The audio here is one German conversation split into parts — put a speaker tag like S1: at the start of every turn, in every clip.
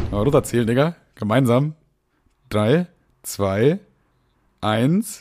S1: Mal runterzählen, Digga. Gemeinsam. 3, 2, 1.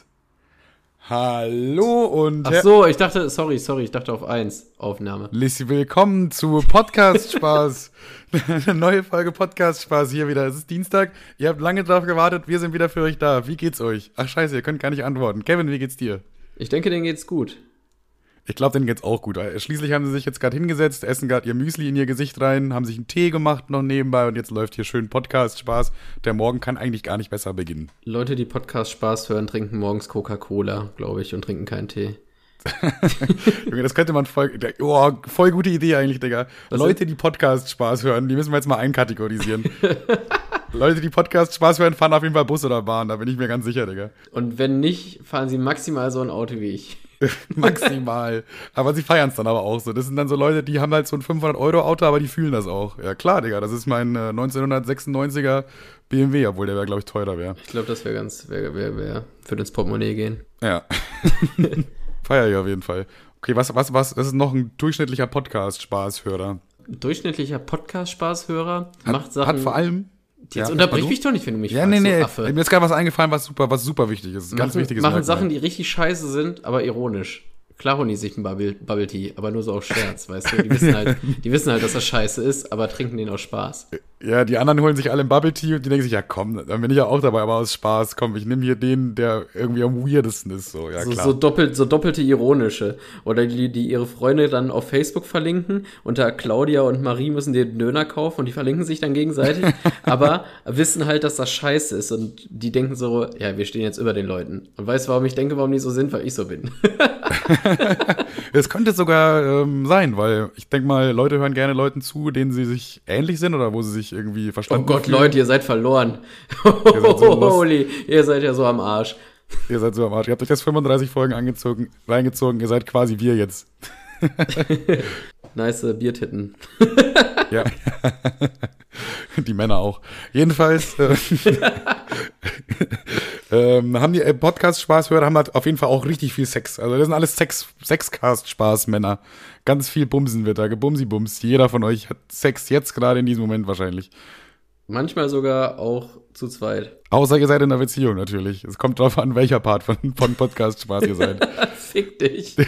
S1: Hallo und...
S2: Ach so, ich dachte, sorry, ich dachte auf 1, Aufnahme.
S1: Willkommen zu Podcast Spaß. Eine neue Folge Podcast Spaß hier wieder. Es ist Dienstag, ihr habt lange drauf gewartet, wir sind wieder für euch da. Wie geht's euch? Ach scheiße, ihr könnt gar nicht antworten. Kevin, wie geht's dir?
S2: Ich denke, denen geht's gut.
S1: Ich glaube, denen geht's auch gut. Schließlich haben sie sich jetzt gerade hingesetzt, essen gerade ihr Müsli in ihr Gesicht rein, haben sich einen Tee gemacht noch nebenbei und jetzt läuft hier schön Podcast Spaß. Der Morgen kann eigentlich gar nicht besser beginnen.
S2: Leute, die Podcast Spaß hören, trinken morgens Coca-Cola, glaube ich, und trinken keinen Tee.
S1: Junge, das könnte man voll gute Idee eigentlich, Digga. Leute, die Podcast Spaß hören, die müssen wir jetzt mal einkategorisieren. Leute, die Podcast Spaß hören, fahren auf jeden Fall Bus oder Bahn, da bin ich mir ganz sicher, Digga.
S2: Und wenn nicht, fahren sie maximal so ein Auto wie ich.
S1: Maximal. Aber sie feiern es dann aber auch so. Das sind dann so Leute, die haben halt so ein 500-Euro-Auto, aber die fühlen das auch. Ja klar, Digga, das ist mein 1996er BMW, obwohl der glaube ich, teurer wäre.
S2: Ich glaube, das wäre für das Portemonnaie gehen.
S1: Ja. Feier ich auf jeden Fall. Okay, was ist noch ein durchschnittlicher Podcast-Spaßhörer?
S2: Ein durchschnittlicher Podcast-Spaßhörer
S1: macht Sachen... Hat vor allem...
S2: Jetzt unterbrich mich doch nicht, wenn du mich fragst.
S1: Nee. Affe. Mir ist gerade was eingefallen, was super wichtig ist. Ganz wichtiges
S2: Machen Sachen, die richtig scheiße sind, aber ironisch. Klar holen die sich einen Bubble Tea, aber nur so aus Scherz, weißt du? Die wissen halt, dass das scheiße ist, aber trinken den aus Spaß.
S1: Ja, die anderen holen sich alle einen Bubble Tea und die denken sich, ja komm, dann bin ich ja auch dabei, aber aus Spaß, komm, ich nehme hier den, der irgendwie am weirdesten ist, so, ja klar.
S2: So doppelte ironische. Oder die ihre Freunde dann auf Facebook verlinken, unter Claudia und Marie müssen den Döner kaufen und die verlinken sich dann gegenseitig, aber wissen halt, dass das scheiße ist und die denken so, ja, wir stehen jetzt über den Leuten. Und weißt du, warum ich denke, warum die so sind? Weil ich so bin.
S1: Es könnte sogar sein, weil ich denke mal, Leute hören gerne Leuten zu, denen sie sich ähnlich sind oder wo sie sich irgendwie verstanden
S2: fühlen. Oh Gott,
S1: fühlen.
S2: Leute, ihr seid verloren. Holy, ihr seid ja so am Arsch.
S1: Ihr seid so am Arsch. Ihr habt euch jetzt 35 Folgen reingezogen. Ihr seid quasi wir jetzt.
S2: Nice Biertitten.
S1: Ja. Die Männer auch. Jedenfalls haben die Podcast-Spaßhörer haben halt auf jeden Fall auch richtig viel Sex. Also das sind alles Sexcast-Spaß-Männer. Ganz viel Bumsen wird da, gebumsi-bums. Jeder von euch hat Sex jetzt gerade in diesem Moment wahrscheinlich.
S2: Manchmal sogar auch zu zweit.
S1: Außer ihr seid in einer Beziehung natürlich. Es kommt drauf an, welcher Part von Podcast-Spaß ihr seid.
S2: Fick dich.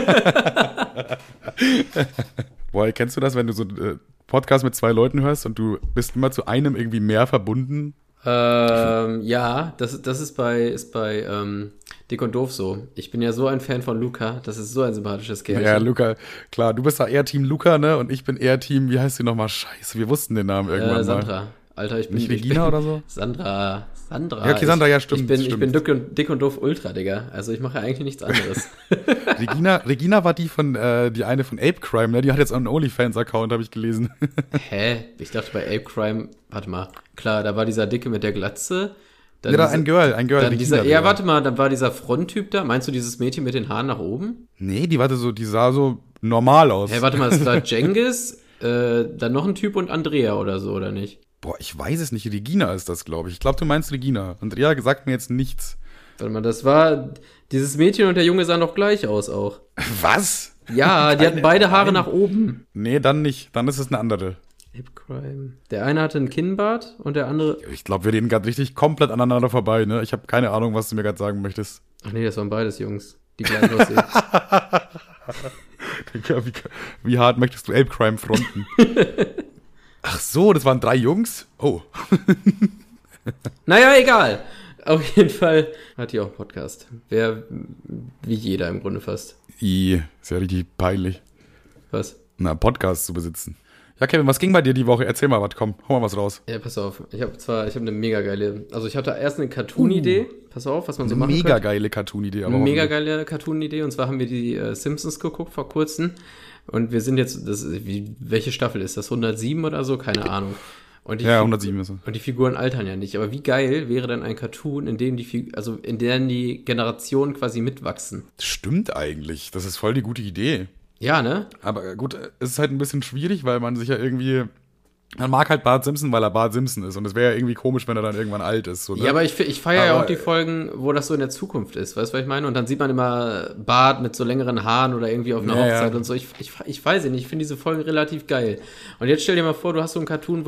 S1: Boah, kennst du das, wenn du so Podcast mit 2 Leuten hörst und du bist immer zu einem irgendwie mehr verbunden?
S2: Ja, das ist bei Dick und Doof so. Ich bin ja so ein Fan von Luca, das ist so ein sympathisches Kerl.
S1: Ja, Luca, klar, du bist da eher Team Luca, ne? Und ich bin eher Team, wie heißt sie nochmal? Scheiße, wir wussten den Namen irgendwann
S2: Sandra.
S1: mal.
S2: Alter, ich bin...
S1: Nicht Regina oder so?
S2: Sandra.
S1: Ja, okay, Sandra, ja, stimmt.
S2: Ich bin Dick und Doof Ultra, Digga. Also ich mache ja eigentlich nichts anderes.
S1: Regina war die eine von Ape Crime, ne? Die hat jetzt einen OnlyFans-Account, habe ich gelesen.
S2: Hä? Ich dachte bei Ape Crime, warte mal. Klar, da war dieser Dicke mit der Glatze.
S1: Dann ja, ein Girl, Regina.
S2: Ja, warte mal, dann war dieser Fronttyp da. Meinst du dieses Mädchen mit den Haaren nach oben?
S1: Nee, die sah so normal aus.
S2: Hä, warte mal, ist da Cengiz, dann noch ein Typ und Andrea oder so, oder nicht?
S1: Boah, ich weiß es nicht. Regina ist das, glaube ich. Ich glaube, du meinst Regina. Andrea sagt mir jetzt nichts.
S2: Warte mal, das war... Dieses Mädchen und der Junge sahen doch gleich aus auch.
S1: Was?
S2: Ja, die hatten beide Haare nach oben.
S1: Nee, dann nicht. Dann ist es eine andere.
S2: Ape Crime. Der eine hatte einen Kinnbart und der andere...
S1: Ich glaube, wir reden gerade richtig komplett aneinander vorbei, ne? Ich habe keine Ahnung, was du mir gerade sagen möchtest.
S2: Ach nee, das waren beides Jungs, die gleich aussehen.
S1: Wie hart möchtest du Ape Crime fronten? Ach so, das waren 3 Jungs? Oh.
S2: Naja, egal. Auf jeden Fall hat die auch einen Podcast. Wer, wie jeder im Grunde fast.
S1: Ist ja richtig peinlich.
S2: Was?
S1: Na, Podcast zu besitzen. Ja, Kevin, was ging bei dir die Woche? Erzähl mal was, komm, hau mal was raus.
S2: Ja, pass auf. Ich habe eine mega geile, also ich hatte erst eine Cartoon-Idee. Pass auf, was man so machen kann.
S1: Eine mega geile Cartoon-Idee.
S2: Eine mega geile Cartoon-Idee. Und zwar haben wir die Simpsons geguckt vor kurzem. Und wir sind jetzt, welche Staffel ist das? 107 oder so? Keine Ahnung. Und
S1: ja, 107 ist es.
S2: Und die Figuren altern ja nicht. Aber wie geil wäre dann ein Cartoon, in dem in deren die Generationen quasi mitwachsen?
S1: Stimmt eigentlich. Das ist voll die gute Idee.
S2: Ja, ne?
S1: Aber gut, es ist halt ein bisschen schwierig, weil man sich ja irgendwie Man mag halt Bart Simpson, weil er Bart Simpson ist. Und es wäre ja irgendwie komisch, wenn er dann irgendwann alt ist. So, ne?
S2: Ja, aber ich feiere ja auch die Folgen, wo das so in der Zukunft ist. Weißt du, was ich meine? Und dann sieht man immer Bart mit so längeren Haaren oder irgendwie auf einer Hochzeit und so. Ich weiß nicht, ich finde diese Folgen relativ geil. Und jetzt stell dir mal vor, du hast so einen Cartoon,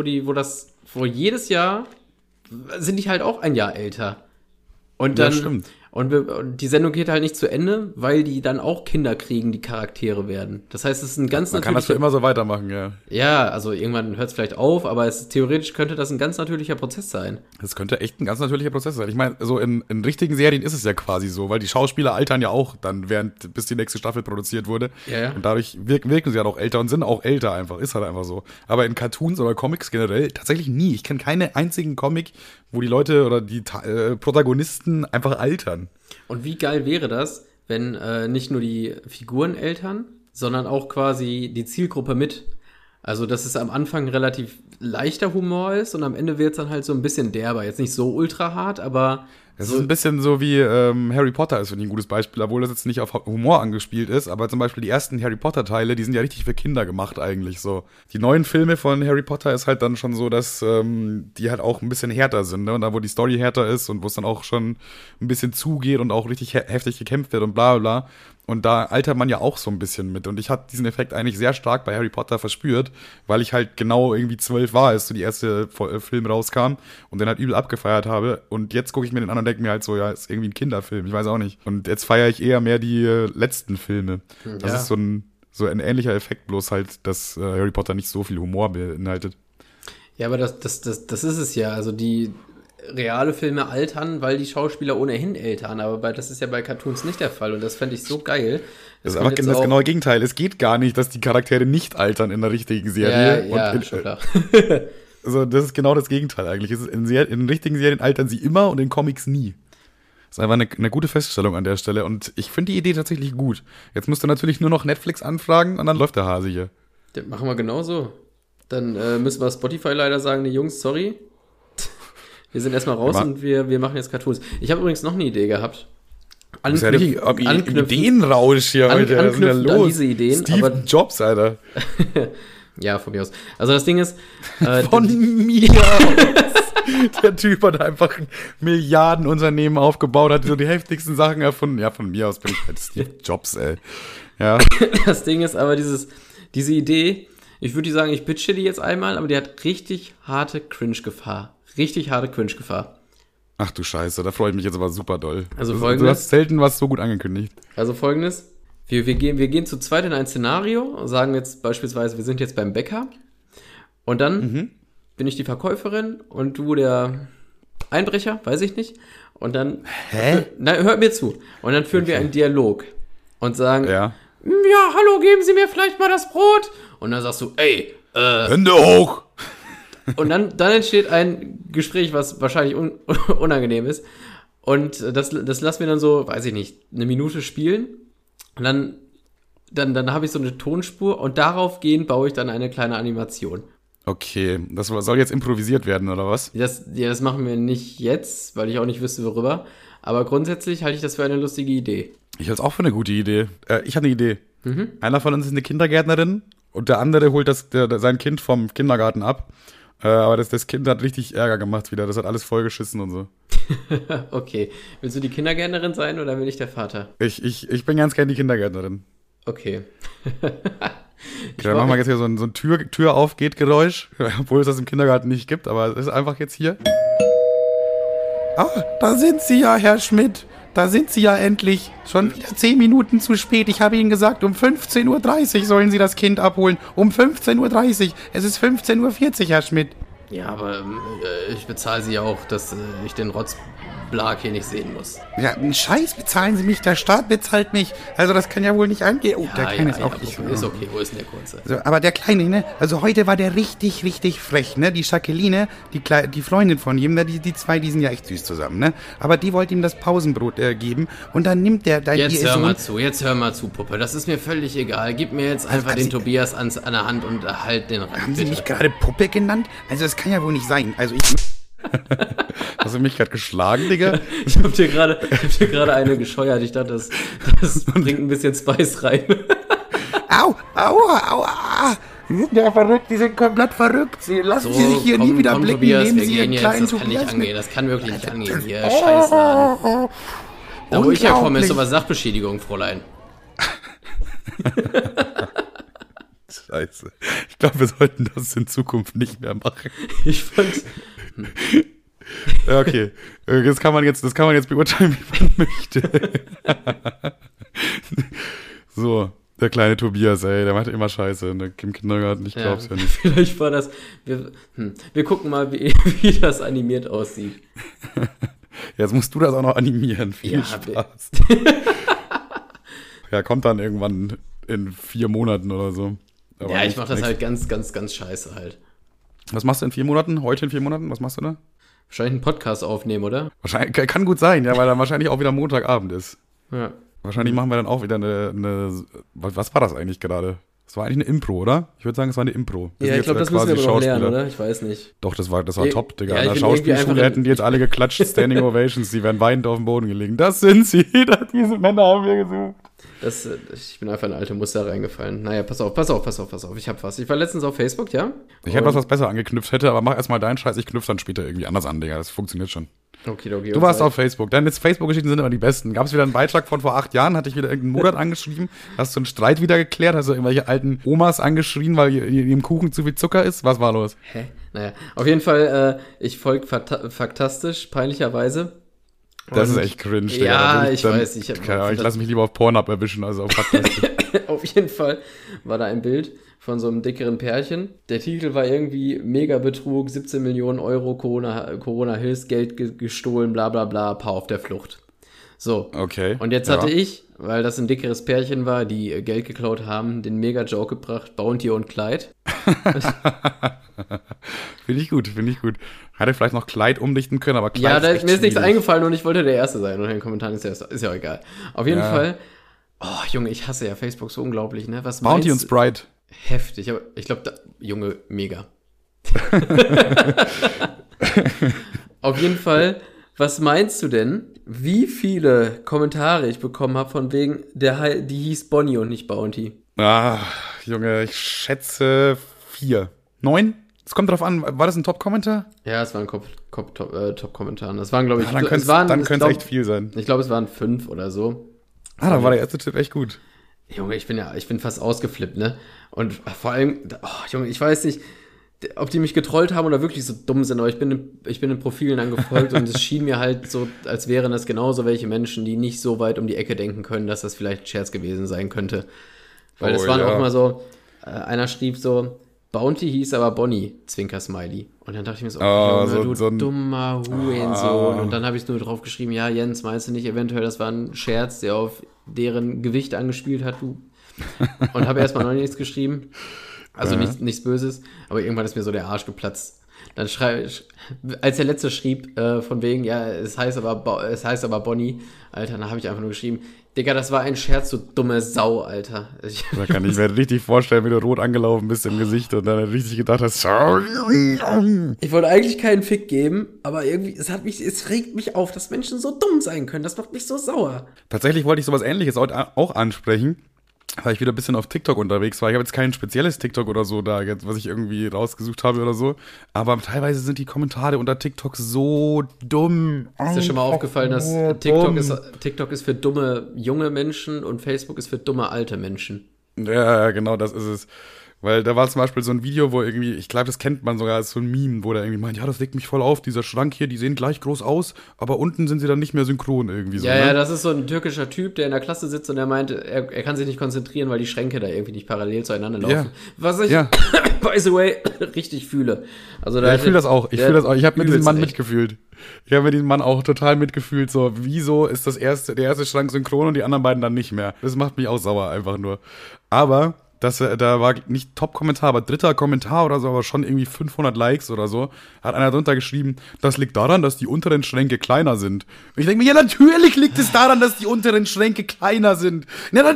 S2: wo jedes Jahr sind die halt auch ein Jahr älter. Und dann,
S1: stimmt.
S2: Und die Sendung geht halt nicht zu Ende, weil die dann auch Kinder kriegen, die Charaktere werden. Das heißt, es ist ein ganz
S1: Man kann das für immer so weitermachen, ja.
S2: Ja, also irgendwann hört es vielleicht auf, aber theoretisch könnte das ein ganz natürlicher Prozess sein.
S1: Das könnte echt ein ganz natürlicher Prozess sein. Ich meine, so in richtigen Serien ist es ja quasi so, weil die Schauspieler altern ja auch dann, bis die nächste Staffel produziert wurde. Ja. Und dadurch wirken sie ja auch älter und sind auch älter einfach. Ist halt einfach so. Aber in Cartoons oder Comics generell tatsächlich nie. Ich kenne keinen einzigen Comic, wo die Leute oder die Protagonisten einfach altern.
S2: Und wie geil wäre das, wenn nicht nur die Figuren altern, sondern auch quasi die Zielgruppe mit. Also, dass es am Anfang relativ leichter Humor ist und am Ende wird es dann halt so ein bisschen derber. Jetzt nicht so ultra hart, aber
S1: es ist ein bisschen so wie Harry Potter ist, finde ich, ein gutes Beispiel, obwohl das jetzt nicht auf Humor angespielt ist, aber zum Beispiel die ersten Harry Potter-Teile, die sind ja richtig für Kinder gemacht eigentlich so. Die neuen Filme von Harry Potter ist halt dann schon so, dass die halt auch ein bisschen härter sind, ne? Und da, wo die Story härter ist und wo es dann auch schon ein bisschen zugeht und auch richtig heftig gekämpft wird und bla bla. Und da altert man ja auch so ein bisschen mit. Und ich hatte diesen Effekt eigentlich sehr stark bei Harry Potter verspürt, weil ich halt genau irgendwie 12 war, als so die erste Film rauskam und den halt übel abgefeiert habe. Und jetzt gucke ich mir den an und denke mir halt so, ja, ist irgendwie ein Kinderfilm, ich weiß auch nicht. Und jetzt feiere ich eher mehr die letzten Filme. Ja. Das ist so ein ähnlicher Effekt, bloß halt, dass Harry Potter nicht so viel Humor beinhaltet.
S2: Ja, aber das ist es ja. Also die reale Filme altern, weil die Schauspieler ohnehin altern, aber das ist ja bei Cartoons nicht der Fall und das fände ich so geil.
S1: Das ist einfach das genaue Gegenteil. Es geht gar nicht, dass die Charaktere nicht altern in der richtigen Serie.
S2: Ja, schon klar.
S1: Also das ist genau das Gegenteil eigentlich. In richtigen Serien altern sie immer und in Comics nie. Das ist einfach eine gute Feststellung an der Stelle und ich finde die Idee tatsächlich gut. Jetzt musst du natürlich nur noch Netflix anfragen und dann läuft der Hase hier.
S2: Das machen wir genauso. Dann müssen wir Spotify leider sagen, die Jungs, sorry. Wir sind erstmal raus und wir machen jetzt Cartoons. Ich habe übrigens noch eine Idee gehabt.
S1: Ideenrausch hier heute. Was ist denn los?
S2: An diese Ideen.
S1: Steve Jobs, Alter.
S2: Ja, von mir aus. Also das Ding ist...
S1: von mir aus. Der Typ hat einfach ein Milliardenunternehmen aufgebaut, hat so die heftigsten Sachen erfunden. Ja, von mir aus bin ich halt Steve Jobs, ey. Ja.
S2: Das Ding ist aber diese Idee, ich würde sagen, ich pitche die jetzt einmal, aber die hat richtig harte Cringe-Gefahr. Richtig harte Cringe-Gefahr.
S1: Ach du Scheiße, da freue ich mich jetzt aber super doll.
S2: Also Folgendes.
S1: Du hast selten was so gut angekündigt.
S2: Also Folgendes. Wir gehen zu zweit in ein Szenario und sagen jetzt beispielsweise, wir sind jetzt beim Bäcker und dann bin ich die Verkäuferin und du der Einbrecher, weiß ich nicht. Und dann... Nein, hört mir zu. Und dann führen wir einen Dialog und sagen, ja, hallo, geben Sie mir vielleicht mal das Brot. Und dann sagst du, ey,
S1: Hände hoch!
S2: Und dann entsteht ein Gespräch, was wahrscheinlich unangenehm ist. Und das lassen wir dann so, weiß ich nicht, eine Minute spielen. Und dann habe ich so eine Tonspur und darauf gehend baue ich dann eine kleine Animation.
S1: Okay, das soll jetzt improvisiert werden, oder was?
S2: Das machen wir nicht jetzt, weil ich auch nicht wüsste, worüber. Aber grundsätzlich halte ich das für eine lustige Idee. Ich
S1: halte es auch für eine gute Idee. Ich habe eine Idee. Einer von uns ist eine Kindergärtnerin und der andere holt sein Kind vom Kindergarten ab. Aber das Kind hat richtig Ärger gemacht wieder. Das hat alles vollgeschissen und so.
S2: Okay. Willst du die Kindergärtnerin sein oder bin ich der Vater?
S1: Ich bin ganz gern die Kindergärtnerin.
S2: Okay.
S1: Dann machen wir jetzt hier so ein Tür aufgeht Geräusch, obwohl es das im Kindergarten nicht gibt, aber es ist einfach jetzt hier. Ah, da sind Sie ja, Herr Schmidt. Da sind Sie ja endlich. Schon wieder 10 Minuten zu spät. Ich habe Ihnen gesagt, um 15.30 Uhr sollen Sie das Kind abholen. Um 15.30 Uhr. Es ist 15.40 Uhr, Herr Schmidt.
S2: Ja, aber ich bezahle Sie ja auch, dass ich den Rotzblag hier nicht sehen muss.
S1: Ja, einen Scheiß bezahlen Sie mich. Der Staat bezahlt mich. Also das kann ja wohl nicht angehen. Oh, der Kleine ist auch nicht.
S2: Ist okay. Wo ist denn der Kurze?
S1: Also, aber der Kleine, ne? Also heute war der richtig, richtig frech, ne? Die Jacqueline, die Freundin von ihm, ne? Die zwei, die sind ja echt süß zusammen, ne? Aber die wollte ihm das Pausenbrot geben und dann nimmt der...
S2: Jetzt hör mal zu, Puppe. Das ist mir völlig egal. Gib mir jetzt einfach den Tobias an der Hand und halt den Rand.
S1: Haben Sie mich gerade Puppe genannt? Also das kann ja wohl nicht sein. Also ich... Hast du mich gerade geschlagen, Digga?
S2: Ich hab dir gerade eine gescheuert. Ich dachte, das bringt ein bisschen Spice rein.
S1: Au, Die sind ja verrückt, die sind komplett verrückt. Sie lassen sie sich hier nie wieder blicken,
S2: Tobias,
S1: nehmen
S2: wir
S1: sie
S2: gehen
S1: ihren
S2: jetzt,
S1: kleinen
S2: das kann nicht
S1: Tobias
S2: angehen,
S1: mit.
S2: das kann wirklich nicht angehen hier, Scheißladen. Da wo ich herkomme, ist sowas Sachbeschädigung, Fräulein.
S1: Scheiße. Ich glaube, wir sollten das in Zukunft nicht mehr machen.
S2: Ich fand's...
S1: Ja, okay. Das kann man jetzt beurteilen, wie man möchte. So, der kleine Tobias, ey, der macht immer Scheiße im Kindergarten, ich glaub's ja nicht.
S2: Vielleicht war das... Wir gucken mal, wie das animiert aussieht.
S1: Jetzt musst du das auch noch animieren. Viel Spaß. Ja, kommt dann irgendwann in 4 Monaten oder so. Aber
S2: ja, ich mach das halt ganz, ganz, ganz scheiße halt.
S1: Was machst du in 4 Monaten? Heute in 4 Monaten? Was machst du da?
S2: Wahrscheinlich einen Podcast aufnehmen, oder?
S1: Wahrscheinlich, kann gut sein, ja, weil dann wahrscheinlich auch wieder Montagabend ist.
S2: Ja.
S1: Wahrscheinlich machen wir dann auch wieder eine was war das eigentlich gerade? Das war eigentlich eine Impro, oder? Ich würde sagen, es war eine Impro.
S2: Ja, ich glaube, das müssen wir aber noch lernen, oder? Ich weiß nicht.
S1: Doch, das war top, Digga.
S2: Ja,
S1: In der Schauspielschule hätten die jetzt alle geklatscht, Standing Ovations, die wären weinend auf dem Boden gelegen. Das sind sie, diese Männer haben wir gesucht.
S2: Ich bin einfach in alte Muster reingefallen. Naja, pass auf. Ich hab was. Ich war letztens auf Facebook, ja?
S1: Ich hätte was besser angeknüpft hätte, aber mach erstmal deinen Scheiß, ich knüpfe dann später irgendwie anders an, Digga. Das funktioniert schon.
S2: Okay.
S1: Du warst auf Facebook. Deine Facebook-Geschichten sind immer die besten. Gab es wieder einen Beitrag von vor 8 Jahren? Hatte ich wieder irgendeinen Monat angeschrieben? Hast du einen Streit wieder geklärt? Hast du irgendwelche alten Omas angeschrien, weil in ihrem Kuchen zu viel Zucker ist? Was war los?
S2: Hä? Naja, auf jeden Fall, ich folge faktastisch, peinlicherweise.
S1: Das ist echt cringe, Digga.
S2: Ja, ich weiß.
S1: Ich lasse mich lieber auf Pornhub erwischen, also auf Faktastisch.
S2: Auf jeden Fall war da ein Bild von so einem dickeren Pärchen. Der Titel war irgendwie Mega-Betrug, 17 Millionen Euro, Corona-Hilfsgeld gestohlen, bla bla bla, Paar auf der Flucht. So.
S1: Okay.
S2: Und jetzt hatte ich, weil das ein dickeres Pärchen war, die Geld geklaut haben, den Mega-Joke gebracht, Bounty und Clyde.
S1: Finde ich gut. Hätte vielleicht noch Kleid umdichten können, aber Kleid
S2: ja,
S1: ist echt
S2: mir ist nichts
S1: schwierig.
S2: eingefallen und ich wollte der Erste sein. Und in den Kommentaren ist ja auch egal. Auf jeden Fall, oh Junge, ich hasse ja Facebook so unglaublich, ne? Was
S1: Bounty und Sprite.
S2: Heftig, aber ich glaube, Junge, mega. Auf jeden Fall, was meinst du denn, wie viele Kommentare ich bekommen habe von wegen, die hieß Bonnie und nicht Bounty?
S1: Ah, Junge, ich schätze 4. 9? Es kommt drauf an, war das ein Top-Kommentar?
S2: Ja, es waren Top-Kommentare. Das waren, glaube ich,
S1: dann könnte es echt viel sein.
S2: Ich glaube, es waren 5 oder so.
S1: Da war der erste Tipp echt gut.
S2: Junge, ich bin fast ausgeflippt, ne? Und vor allem, Junge, ich weiß nicht, ob die mich getrollt haben oder wirklich so dumm sind, aber ich bin in Profilen dann gefolgt und es schien mir halt so, als wären das genauso welche Menschen, die nicht so weit um die Ecke denken können, dass das vielleicht ein Scherz gewesen sein könnte. Weil das waren auch mal so, einer schrieb so, Bounty hieß aber Bonnie, Zwinker-Smiley. Und dann dachte ich mir so, Junge, du dummer Hurensohn. Und dann habe ich nur drauf geschrieben, ja, Jens, meinst du nicht eventuell, das war ein Scherz, der auf deren Gewicht angespielt hat, du? Und habe erstmal noch nichts geschrieben. Also nichts Böses. Aber irgendwann ist mir so der Arsch geplatzt. Dann als der Letzte schrieb, von wegen, ja, es heißt aber Bonnie, Alter, dann habe ich einfach nur geschrieben, Digga, das war ein Scherz, du dumme Sau, Alter.
S1: Da kann ich mir richtig vorstellen, wie du rot angelaufen bist im Gesicht und dann richtig gedacht hast,
S2: ich wollte eigentlich keinen Fick geben, aber irgendwie, es regt mich auf, dass Menschen so dumm sein können. Das macht mich so sauer.
S1: Tatsächlich wollte ich sowas Ähnliches auch ansprechen, weil ich wieder ein bisschen auf TikTok unterwegs war. Ich habe jetzt kein spezielles TikTok oder so da, was ich irgendwie rausgesucht habe oder so. Aber teilweise sind die Kommentare unter TikTok so dumm.
S2: Ist dir schon mal aufgefallen, dass TikTok ist für dumme junge Menschen und Facebook ist für dumme alte Menschen?
S1: Ja, genau, das ist es. Weil da war zum Beispiel so ein Video, wo irgendwie, ich glaube, das kennt man sogar als so ein Meme, wo der irgendwie meint, ja, das regt mich voll auf, dieser Schrank hier, die sehen gleich groß aus, aber unten sind sie dann nicht mehr synchron irgendwie so.
S2: Ja,
S1: ne?
S2: das ist so ein türkischer Typ, der in der Klasse sitzt und der meint, er kann sich nicht konzentrieren, weil die Schränke da irgendwie nicht parallel zueinander laufen.
S1: Ja.
S2: Was ich, by the way, richtig fühle. Also
S1: ich fühle das auch. Ich habe mit diesem Mann mitgefühlt. Ich habe mit diesem Mann auch total mitgefühlt. So, wieso ist der erste Schrank synchron und die anderen beiden dann nicht mehr? Das macht mich auch sauer einfach nur. Aber da war nicht Top-Kommentar, aber 3. Kommentar oder so, aber schon irgendwie 500 Likes oder so, hat einer drunter geschrieben, das liegt daran, dass die unteren Schränke kleiner sind. Und ich denke mir, ja, natürlich liegt es daran, dass die unteren Schränke kleiner sind. Ja,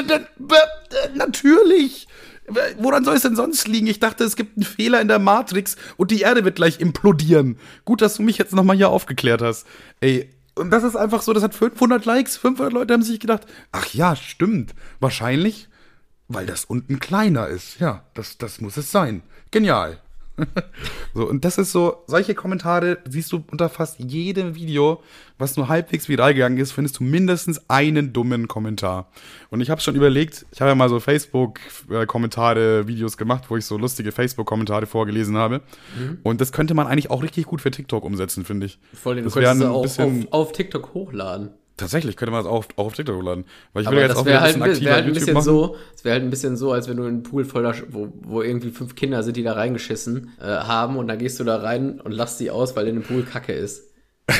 S1: natürlich. Woran soll es denn sonst liegen? Ich dachte, es gibt einen Fehler in der Matrix und die Erde wird gleich implodieren. Gut, dass du mich jetzt nochmal hier aufgeklärt hast. Ey, und das ist einfach so, das hat 500 Likes, 500 Leute haben sich gedacht, ach ja, stimmt, wahrscheinlich weil das unten kleiner ist. Ja, das muss es sein. Genial. So, und das ist so, solche Kommentare siehst du unter fast jedem Video, was nur halbwegs viral gegangen ist, findest du mindestens einen dummen Kommentar. Und ich habe schon überlegt, ich habe ja mal so Facebook-Kommentare, Videos gemacht, wo ich so lustige Facebook-Kommentare vorgelesen habe. Und das könnte man eigentlich auch richtig gut für TikTok umsetzen, finde ich.
S2: Vor allem, du
S1: Das
S2: könntest
S1: wäre
S2: es auch auf TikTok hochladen.
S1: Tatsächlich könnte man das auch auf TikTok hochladen. Weil ich
S2: Aber
S1: will jetzt
S2: das
S1: auch
S2: wäre
S1: wieder
S2: halt,
S1: ein bisschen
S2: wär
S1: aktiver
S2: halt ein
S1: YouTube
S2: bisschen
S1: machen.
S2: so, es wäre halt ein bisschen so, als wenn du in einen Pool voller, wo irgendwie 5 Kinder sind, die da reingeschissen haben und dann gehst du da rein und lachst die aus, weil in dem Pool Kacke ist.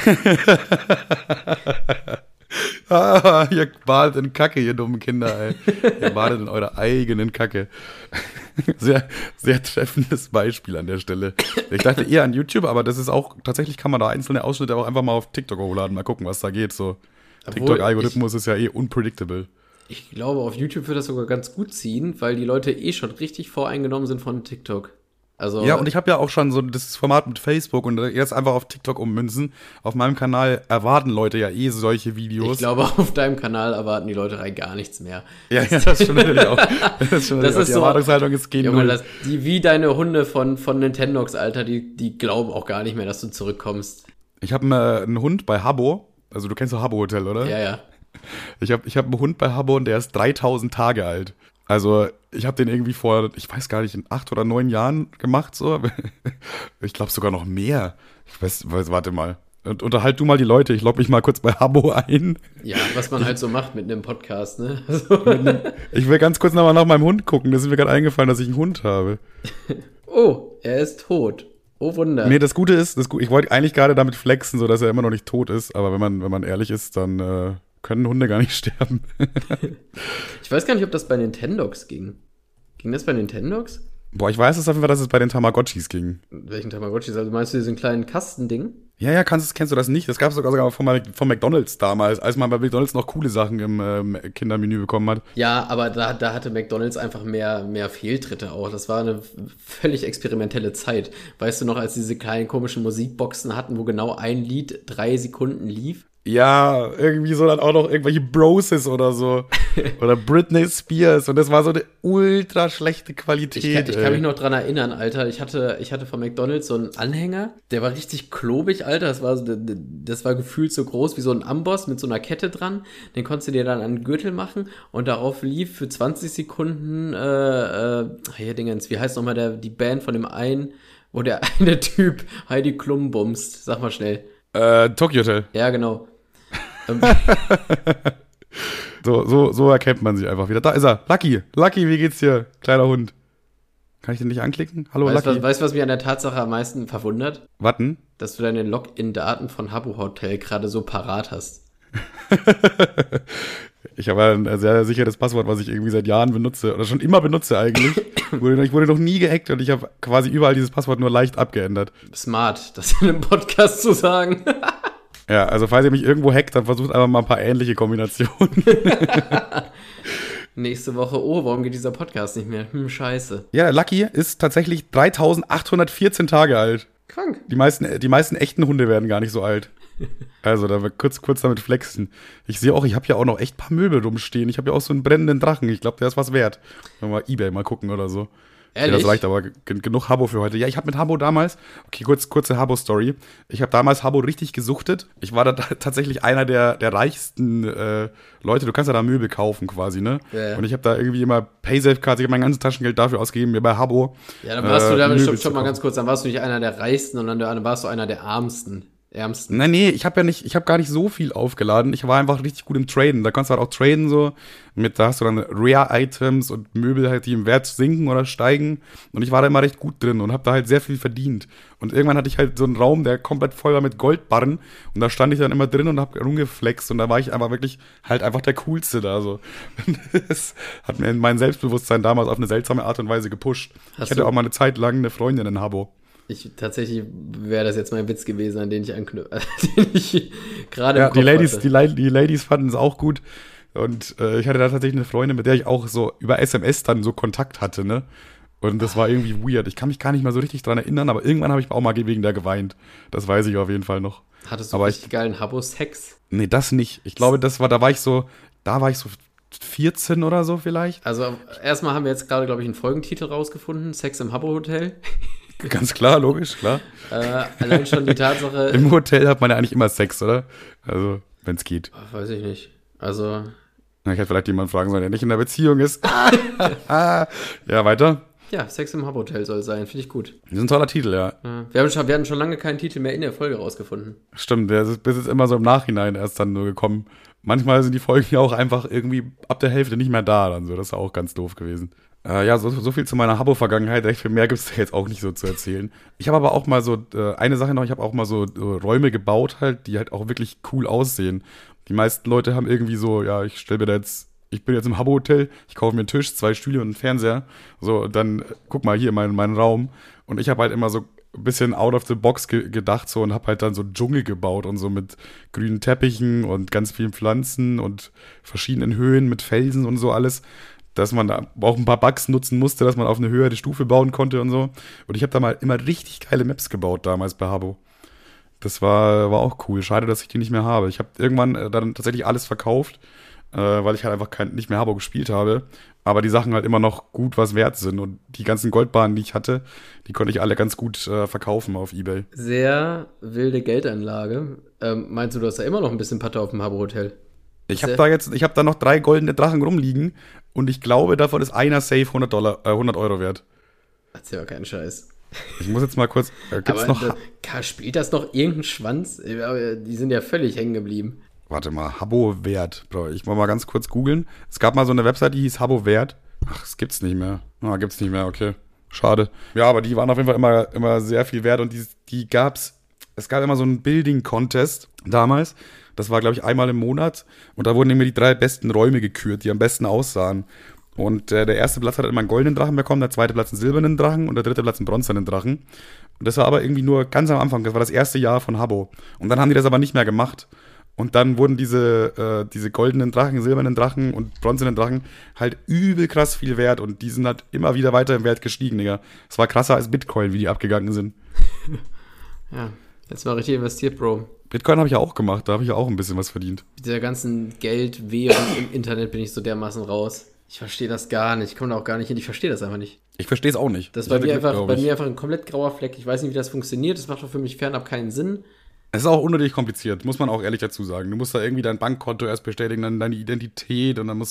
S1: Ihr badet in Kacke, ihr dummen Kinder, ey. Ihr badet in eurer eigenen Kacke. Sehr, sehr treffendes Beispiel an der Stelle. Ich dachte eher an YouTube, aber das ist auch, tatsächlich kann man da einzelne Ausschnitte auch einfach mal auf TikTok hochladen, mal gucken, was da geht, so. TikTok-Algorithmus ist ja unpredictable.
S2: Ich glaube, auf YouTube wird das sogar ganz gut ziehen, weil die Leute schon richtig voreingenommen sind von TikTok. Also,
S1: Ja, und ich habe ja auch schon so das Format mit Facebook und jetzt einfach auf TikTok ummünzen. Auf meinem Kanal erwarten Leute ja solche Videos.
S2: ich glaube, auf deinem Kanal erwarten die Leute rein gar nichts mehr.
S1: Ja, das stimmt natürlich auch. Das
S2: ist
S1: die
S2: so-
S1: Erwartungshaltung ist gegen
S2: Junge,
S1: null.
S2: wie deine Hunde von Nintendox, Alter, die glauben auch gar nicht mehr, dass du zurückkommst.
S1: Ich habe einen Hund bei Habbo. Also du kennst doch Habbo Hotel, oder?
S2: Ja, ja.
S1: Ich hab einen Hund bei Habbo und der ist 3000 Tage alt. Also ich habe den irgendwie vor, ich weiß gar nicht, in 8 oder 9 Jahren gemacht so. Ich glaube sogar noch mehr. Warte mal. Und unterhalt du mal die Leute. Ich logge mich mal kurz bei Habbo ein.
S2: Ja, was man halt so macht mit einem Podcast, ne? Also,
S1: Ich will ganz kurz nochmal nach meinem Hund gucken. Das ist mir gerade eingefallen, dass ich einen Hund habe.
S2: oh, er ist tot. Oh Wunder.
S1: Nee, das Gute ist, ich wollte eigentlich gerade damit flexen, so dass er immer noch nicht tot ist. Aber wenn man ehrlich ist, dann können Hunde gar nicht sterben.
S2: Ich weiß gar nicht, ob das bei Nintendox ging. Ging das bei Nintendox?
S1: Boah, ich weiß es auf jeden Fall, dass es bei den Tamagotchis ging.
S2: Welchen Tamagotchis? Also meinst du diesen kleinen Kastending?
S1: Ja, kennst du das nicht? Das gab es sogar von McDonald's damals, als man bei McDonald's noch coole Sachen im Kindermenü bekommen hat.
S2: Ja, aber da hatte McDonald's einfach mehr Fehltritte auch. Das war eine völlig experimentelle Zeit. Weißt du noch, als diese kleinen komischen Musikboxen hatten, wo genau ein Lied 3 Sekunden lief?
S1: Ja, irgendwie so dann auch noch irgendwelche Broses oder so. Oder Britney Spears. Und das war so eine ultra schlechte Qualität.
S2: Ich kann mich noch dran erinnern, Alter. Ich hatte von McDonald's so einen Anhänger, der war richtig klobig, Alter. Das war gefühlt so groß wie so ein Amboss mit so einer Kette dran. Den konntest du dir dann an den Gürtel machen und darauf lief für 20 Sekunden, hier Dingens, wie heißt nochmal die Band von dem einen, wo der eine Typ Heidi Klum bumst. Sag mal schnell.
S1: Tokyo Hotel.
S2: Ja, genau.
S1: So erkennt man sich einfach wieder. Da ist er. Lucky, wie geht's dir, kleiner Hund? Kann ich den nicht anklicken? Hallo, Lucky.
S2: Weißt du, was mich an der Tatsache am meisten verwundert?
S1: Warten.
S2: Dass du deine Login-Daten von Habbo Hotel gerade so parat hast.
S1: Ich habe ein sehr sicheres Passwort, was ich irgendwie seit Jahren benutze oder schon immer benutze eigentlich. Ich wurde noch nie gehackt und ich habe quasi überall dieses Passwort nur leicht abgeändert.
S2: Smart, das in einem Podcast zu sagen.
S1: Ja, also falls ihr mich irgendwo hackt, dann versucht einfach mal ein paar ähnliche Kombinationen.
S2: Nächste Woche, warum geht dieser Podcast nicht mehr? Scheiße.
S1: Ja, Lucky ist tatsächlich 3814 Tage alt.
S2: Krank.
S1: Die meisten echten Hunde werden gar nicht so alt. Also, da wir kurz damit flexen. Ich sehe auch, ich habe ja auch noch echt ein paar Möbel rumstehen. Ich habe ja auch so einen brennenden Drachen. Ich glaube, der ist was wert. Mal eBay mal gucken oder so.
S2: Ehrlich?
S1: Okay, das reicht aber genug Habbo für heute. Ja, ich habe mit Habbo damals, okay, kurze Habbo-Story. Ich habe damals Habbo richtig gesuchtet. Ich war da tatsächlich einer der reichsten Leute. Du kannst ja da Möbel kaufen quasi, ne?
S2: Ja.
S1: Und ich habe da irgendwie immer Paysafe-Cards, ich habe mein ganzes Taschengeld dafür ausgegeben, mir bei Habbo.
S2: Ja, dann warst du damit,
S1: Möbel
S2: stopp
S1: zu
S2: mal
S1: kaufen.
S2: ganz kurz, dann warst du nicht einer der Reichsten, sondern dann warst du einer der Ärmsten.
S1: Nee, ich habe gar nicht so viel aufgeladen. Ich war einfach richtig gut im Traden. Da kannst du halt auch traden so. Da hast du dann Rare-Items und Möbel halt, die im Wert sinken oder steigen. Und ich war da immer recht gut drin und habe da halt sehr viel verdient. Und irgendwann hatte ich halt so einen Raum, der komplett voll war mit Goldbarren. Und da stand ich dann immer drin und habe rumgeflext. Und da war ich einfach wirklich halt einfach der Coolste da so. Das hat mir mein Selbstbewusstsein damals auf eine seltsame Art und Weise gepusht. Ich hatte auch mal eine Zeit lang eine Freundin in Habbo.
S2: Tatsächlich wäre das jetzt mein Witz gewesen, an den ich anknüpfe, den ich gerade
S1: Ja,
S2: im Kopf hatte.
S1: die Ladies fanden es auch gut. Und ich hatte da tatsächlich eine Freundin, mit der ich auch so über SMS dann so Kontakt hatte, ne? Und das war irgendwie weird. Ich kann mich gar nicht mal so richtig dran erinnern, aber irgendwann habe ich auch mal wegen der geweint. Das weiß ich auf jeden Fall noch.
S2: Hattest du
S1: aber
S2: richtig geilen Habbo-Sex?
S1: Nee, das nicht. Ich glaube, da war ich so 14 oder so vielleicht.
S2: Also erstmal haben wir jetzt gerade, glaube ich, einen Folgentitel rausgefunden. Sex im Habbo-Hotel.
S1: Ganz klar, logisch, klar.
S2: Allein schon die Tatsache...
S1: Im Hotel hat man ja eigentlich immer Sex, oder? Also, wenn es geht.
S2: Weiß ich nicht. Also...
S1: Ich hätte vielleicht jemanden fragen sollen, der nicht in der Beziehung ist. Ja, weiter.
S2: Ja, Sex im Habbo-Hotel soll sein. Finde ich gut.
S1: Das ist ein toller Titel, ja.
S2: Wir hatten schon lange keinen Titel mehr in der Folge rausgefunden.
S1: Stimmt, der ist bis jetzt immer so im Nachhinein erst dann nur gekommen. Manchmal sind die Folgen ja auch einfach irgendwie ab der Hälfte nicht mehr da. Dann so. Das ist auch ganz doof gewesen. Ja, so viel zu meiner Habbo-Vergangenheit. Recht viel mehr gibt es jetzt auch nicht so zu erzählen. Ich habe aber auch mal so, eine Sache noch, ich habe auch mal so Räume gebaut halt, die halt auch wirklich cool aussehen. Die meisten Leute haben irgendwie so, ja, ich bin jetzt im Habbo-Hotel, ich kaufe mir einen Tisch, 2 Stühle und einen Fernseher. So, und dann guck mal hier meinen Raum. Und ich habe halt immer so ein bisschen out of the box gedacht so und habe halt dann so einen Dschungel gebaut und so mit grünen Teppichen und ganz vielen Pflanzen und verschiedenen Höhen mit Felsen und so alles, dass man da auch ein paar Bugs nutzen musste, dass man auf eine höhere Stufe bauen konnte und so. Und ich habe da mal immer richtig geile Maps gebaut damals bei Habbo. Das war auch cool. Schade, dass ich die nicht mehr habe. Ich habe irgendwann dann tatsächlich alles verkauft, weil ich halt einfach nicht mehr Habbo gespielt habe. Aber die Sachen halt immer noch gut was wert sind. Und die ganzen Goldbahnen, die ich hatte, die konnte ich alle ganz gut verkaufen auf eBay.
S2: Sehr wilde Geldanlage. Meinst du hast da immer noch ein bisschen Patte auf dem Habbo-Hotel?
S1: Ich habe da noch 3 goldene Drachen rumliegen. Und ich glaube, davon ist einer safe 100 Euro wert.
S2: Erzähl mal keinen Scheiß.
S1: Ich muss jetzt mal kurz, gibt's noch...
S2: Spielt das noch irgendein Schwanz? Die sind ja völlig hängen geblieben.
S1: Warte mal, Habbo-Wert. Ich muss mal ganz kurz googeln. Es gab mal so eine Website, die hieß Habbo-Wert. Ach, das gibt's nicht mehr. Gibt's nicht mehr, okay. Schade. Ja, aber die waren auf jeden Fall immer sehr viel wert und die gab's. Es gab immer so einen Building-Contest damals. Das war, glaube ich, einmal im Monat. Und da wurden immer die 3 besten Räume gekürt, die am besten aussahen. Und der erste Platz hat immer einen goldenen Drachen bekommen, der zweite Platz einen silbernen Drachen und der dritte Platz einen bronzenen Drachen. Und das war aber irgendwie nur ganz am Anfang, das war das erste Jahr von Habbo. Und dann haben die das aber nicht mehr gemacht. Und dann wurden diese goldenen Drachen, silbernen Drachen und bronzenen Drachen halt übel krass viel wert. Und die sind halt immer wieder weiter im Wert gestiegen, Digga. Es war krasser als Bitcoin, wie die abgegangen sind.
S2: Ja, jetzt mal richtig investiert, Bro.
S1: Bitcoin habe ich ja auch gemacht, da habe ich ja auch ein bisschen was verdient.
S2: Mit dieser ganzen Geldwährung im Internet bin ich so dermaßen raus. Ich verstehe das gar nicht. Ich komme da auch gar nicht hin. Ich verstehe das einfach nicht.
S1: Ich verstehe es auch nicht.
S2: Das ist bei mir einfach ein komplett grauer Fleck. Ich weiß nicht, wie das funktioniert. Das macht doch für mich fernab keinen Sinn.
S1: Es ist auch unnötig kompliziert, muss man auch ehrlich dazu sagen. Du musst da irgendwie dein Bankkonto erst bestätigen, dann deine Identität und dann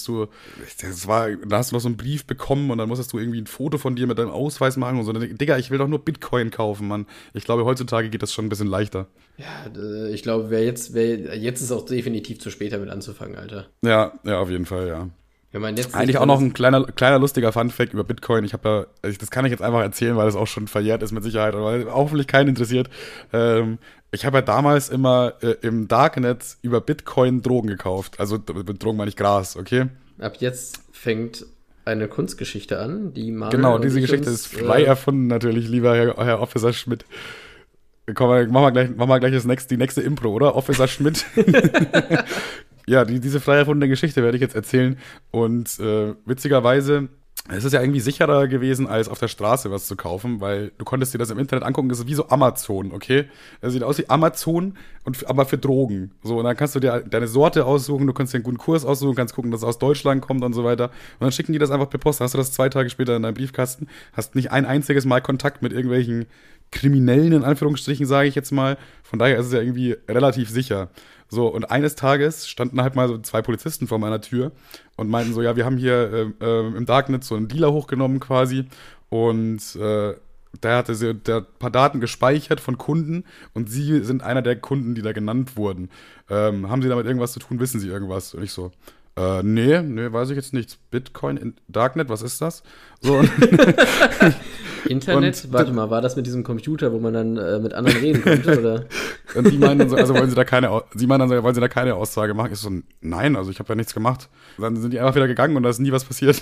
S1: da hast du noch so einen Brief bekommen und dann musstest du irgendwie ein Foto von dir mit deinem Ausweis machen und so. Digga, ich will doch nur Bitcoin kaufen, Mann. Ich glaube, heutzutage geht das schon ein bisschen leichter.
S2: Ja, ich glaube, jetzt ist auch definitiv zu spät damit anzufangen, Alter.
S1: Ja, auf jeden Fall, ja.
S2: Wenn man jetzt
S1: eigentlich auch noch ein kleiner lustiger Funfact über Bitcoin. Das kann ich jetzt einfach erzählen, weil das auch schon verjährt ist mit Sicherheit, aber hoffentlich keinen interessiert. Ich habe ja damals immer im Darknet über Bitcoin Drogen gekauft. Also mit Drogen meine ich Gras, okay?
S2: Ab jetzt fängt eine Kunstgeschichte an, die Manuel
S1: Genau, diese Geschichte ist frei erfunden natürlich, lieber Herr Officer Schmidt. Komm, machen wir gleich die nächste Impro, oder? Officer Schmidt. Ja, diese frei erfundene Geschichte werde ich jetzt erzählen. Und witzigerweise, es ist ja irgendwie sicherer gewesen, als auf der Straße was zu kaufen, weil du konntest dir das im Internet angucken, das ist wie so Amazon, okay? Das sieht aus wie Amazon, aber für Drogen. So, und dann kannst du dir deine Sorte aussuchen, du kannst dir einen guten Kurs aussuchen, kannst gucken, dass es aus Deutschland kommt und so weiter. Und dann schicken die das einfach per Post. Dann hast du das 2 Tage später in deinem Briefkasten, hast nicht ein einziges Mal Kontakt mit irgendwelchen Kriminellen, in Anführungsstrichen, sage ich jetzt mal. Von daher ist es ja irgendwie relativ sicher. So, und eines Tages standen halt mal so 2 Polizisten vor meiner Tür und meinten so, ja, wir haben hier im Darknet so einen Dealer hochgenommen quasi und der hatte ein paar Daten gespeichert von Kunden und Sie sind einer der Kunden, die da genannt wurden. Haben Sie damit irgendwas zu tun? Wissen Sie irgendwas? Und ich so, nee, weiß ich jetzt nichts. Bitcoin, Darknet, was ist das? So.
S2: Internet? Warte mal, war das mit diesem Computer, wo man dann mit anderen reden konnte, oder?
S1: Und die meinen dann so, also wollen Sie da keine Aussage machen? Ich so, nein, also ich habe ja nichts gemacht. Und dann sind die einfach wieder gegangen und da ist nie was passiert.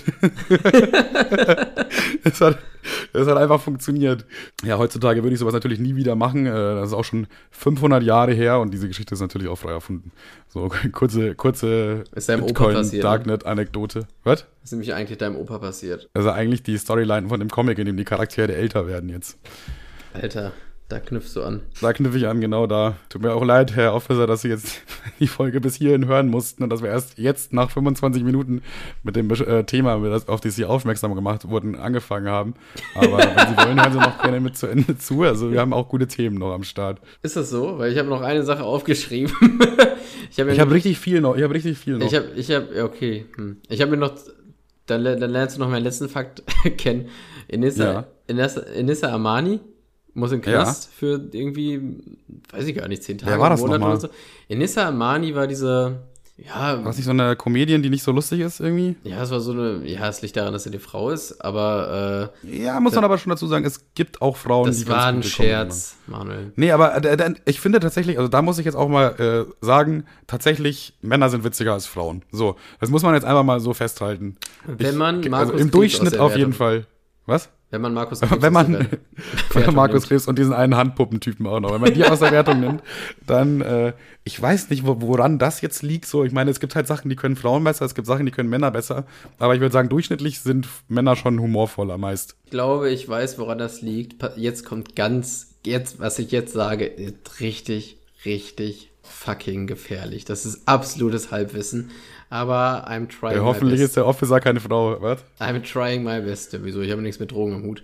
S1: Es hat einfach funktioniert. Ja, heutzutage würde ich sowas natürlich nie wieder machen. Das ist auch schon 500 Jahre her und diese Geschichte ist natürlich auch frei erfunden. So, kurze
S2: ist deinem Opa passiert,
S1: Darknet-Anekdote. Was?
S2: Ist nämlich eigentlich deinem Opa passiert.
S1: Also eigentlich die Storyline von dem Comic, in dem die Charaktere älter werden jetzt.
S2: Alter. Da knüpfst du an.
S1: Da knüpfe ich an, genau da. Tut mir auch leid, Herr Officer, dass Sie jetzt die Folge bis hierhin hören mussten und dass wir erst jetzt nach 25 Minuten mit dem Thema, auf das Sie aufmerksam gemacht wurden, angefangen haben. Aber wenn Sie wollen, hören Sie noch gerne mit zu Ende zu. Also wir haben auch gute Themen noch am Start.
S2: Ist das so? Weil ich habe noch eine Sache aufgeschrieben.
S1: Ich habe richtig viel noch.
S2: Okay. Ich habe mir noch, dann lernst du noch meinen letzten Fakt kennen. Inissa Amani muss in Knast für irgendwie, weiß ich gar nicht, 10 Tage,
S1: Wer war das
S2: Monat
S1: nochmal?
S2: oder so. Inissa Amani war diese,
S1: War das nicht so eine Comedian, die nicht so lustig ist irgendwie?
S2: ja, es war so eine, ja, es liegt daran, dass sie eine Frau ist, aber
S1: Ja, muss man aber schon dazu sagen, es gibt auch Frauen, die
S2: das war ein
S1: ganz gute Comedy machen.
S2: Scherz, Manuel.
S1: Nee, aber ich finde tatsächlich, also da muss ich jetzt auch mal sagen, tatsächlich, Männer sind witziger als Frauen. So, das muss man jetzt einfach mal so festhalten.
S2: Wenn man Markus
S1: also im
S2: Krebs
S1: Durchschnitt
S2: aus der
S1: auf jeden
S2: Wertung-
S1: Fall. Was?
S2: Wenn man Markus Krebs
S1: Wenn
S2: aus der
S1: man
S2: Wertung
S1: Markus
S2: nimmt.
S1: Krebs und diesen einen Handpuppentypen auch noch, wenn man die aus der Wertung nimmt, dann, ich weiß nicht, woran das jetzt liegt. So, ich meine, es gibt halt Sachen, die können Frauen besser, es gibt Sachen, die können Männer besser. Aber ich würde sagen, durchschnittlich sind Männer schon humorvoller meist.
S2: Ich glaube, ich weiß, woran das liegt. Jetzt kommt was ich jetzt sage, ist richtig, richtig fucking gefährlich. Das ist absolutes Halbwissen. Aber I'm trying my
S1: Hoffentlich
S2: best.
S1: ist der Officer keine Frau, was?
S2: I'm trying my best. Wieso? Ich habe nichts mit Drogen im Hut.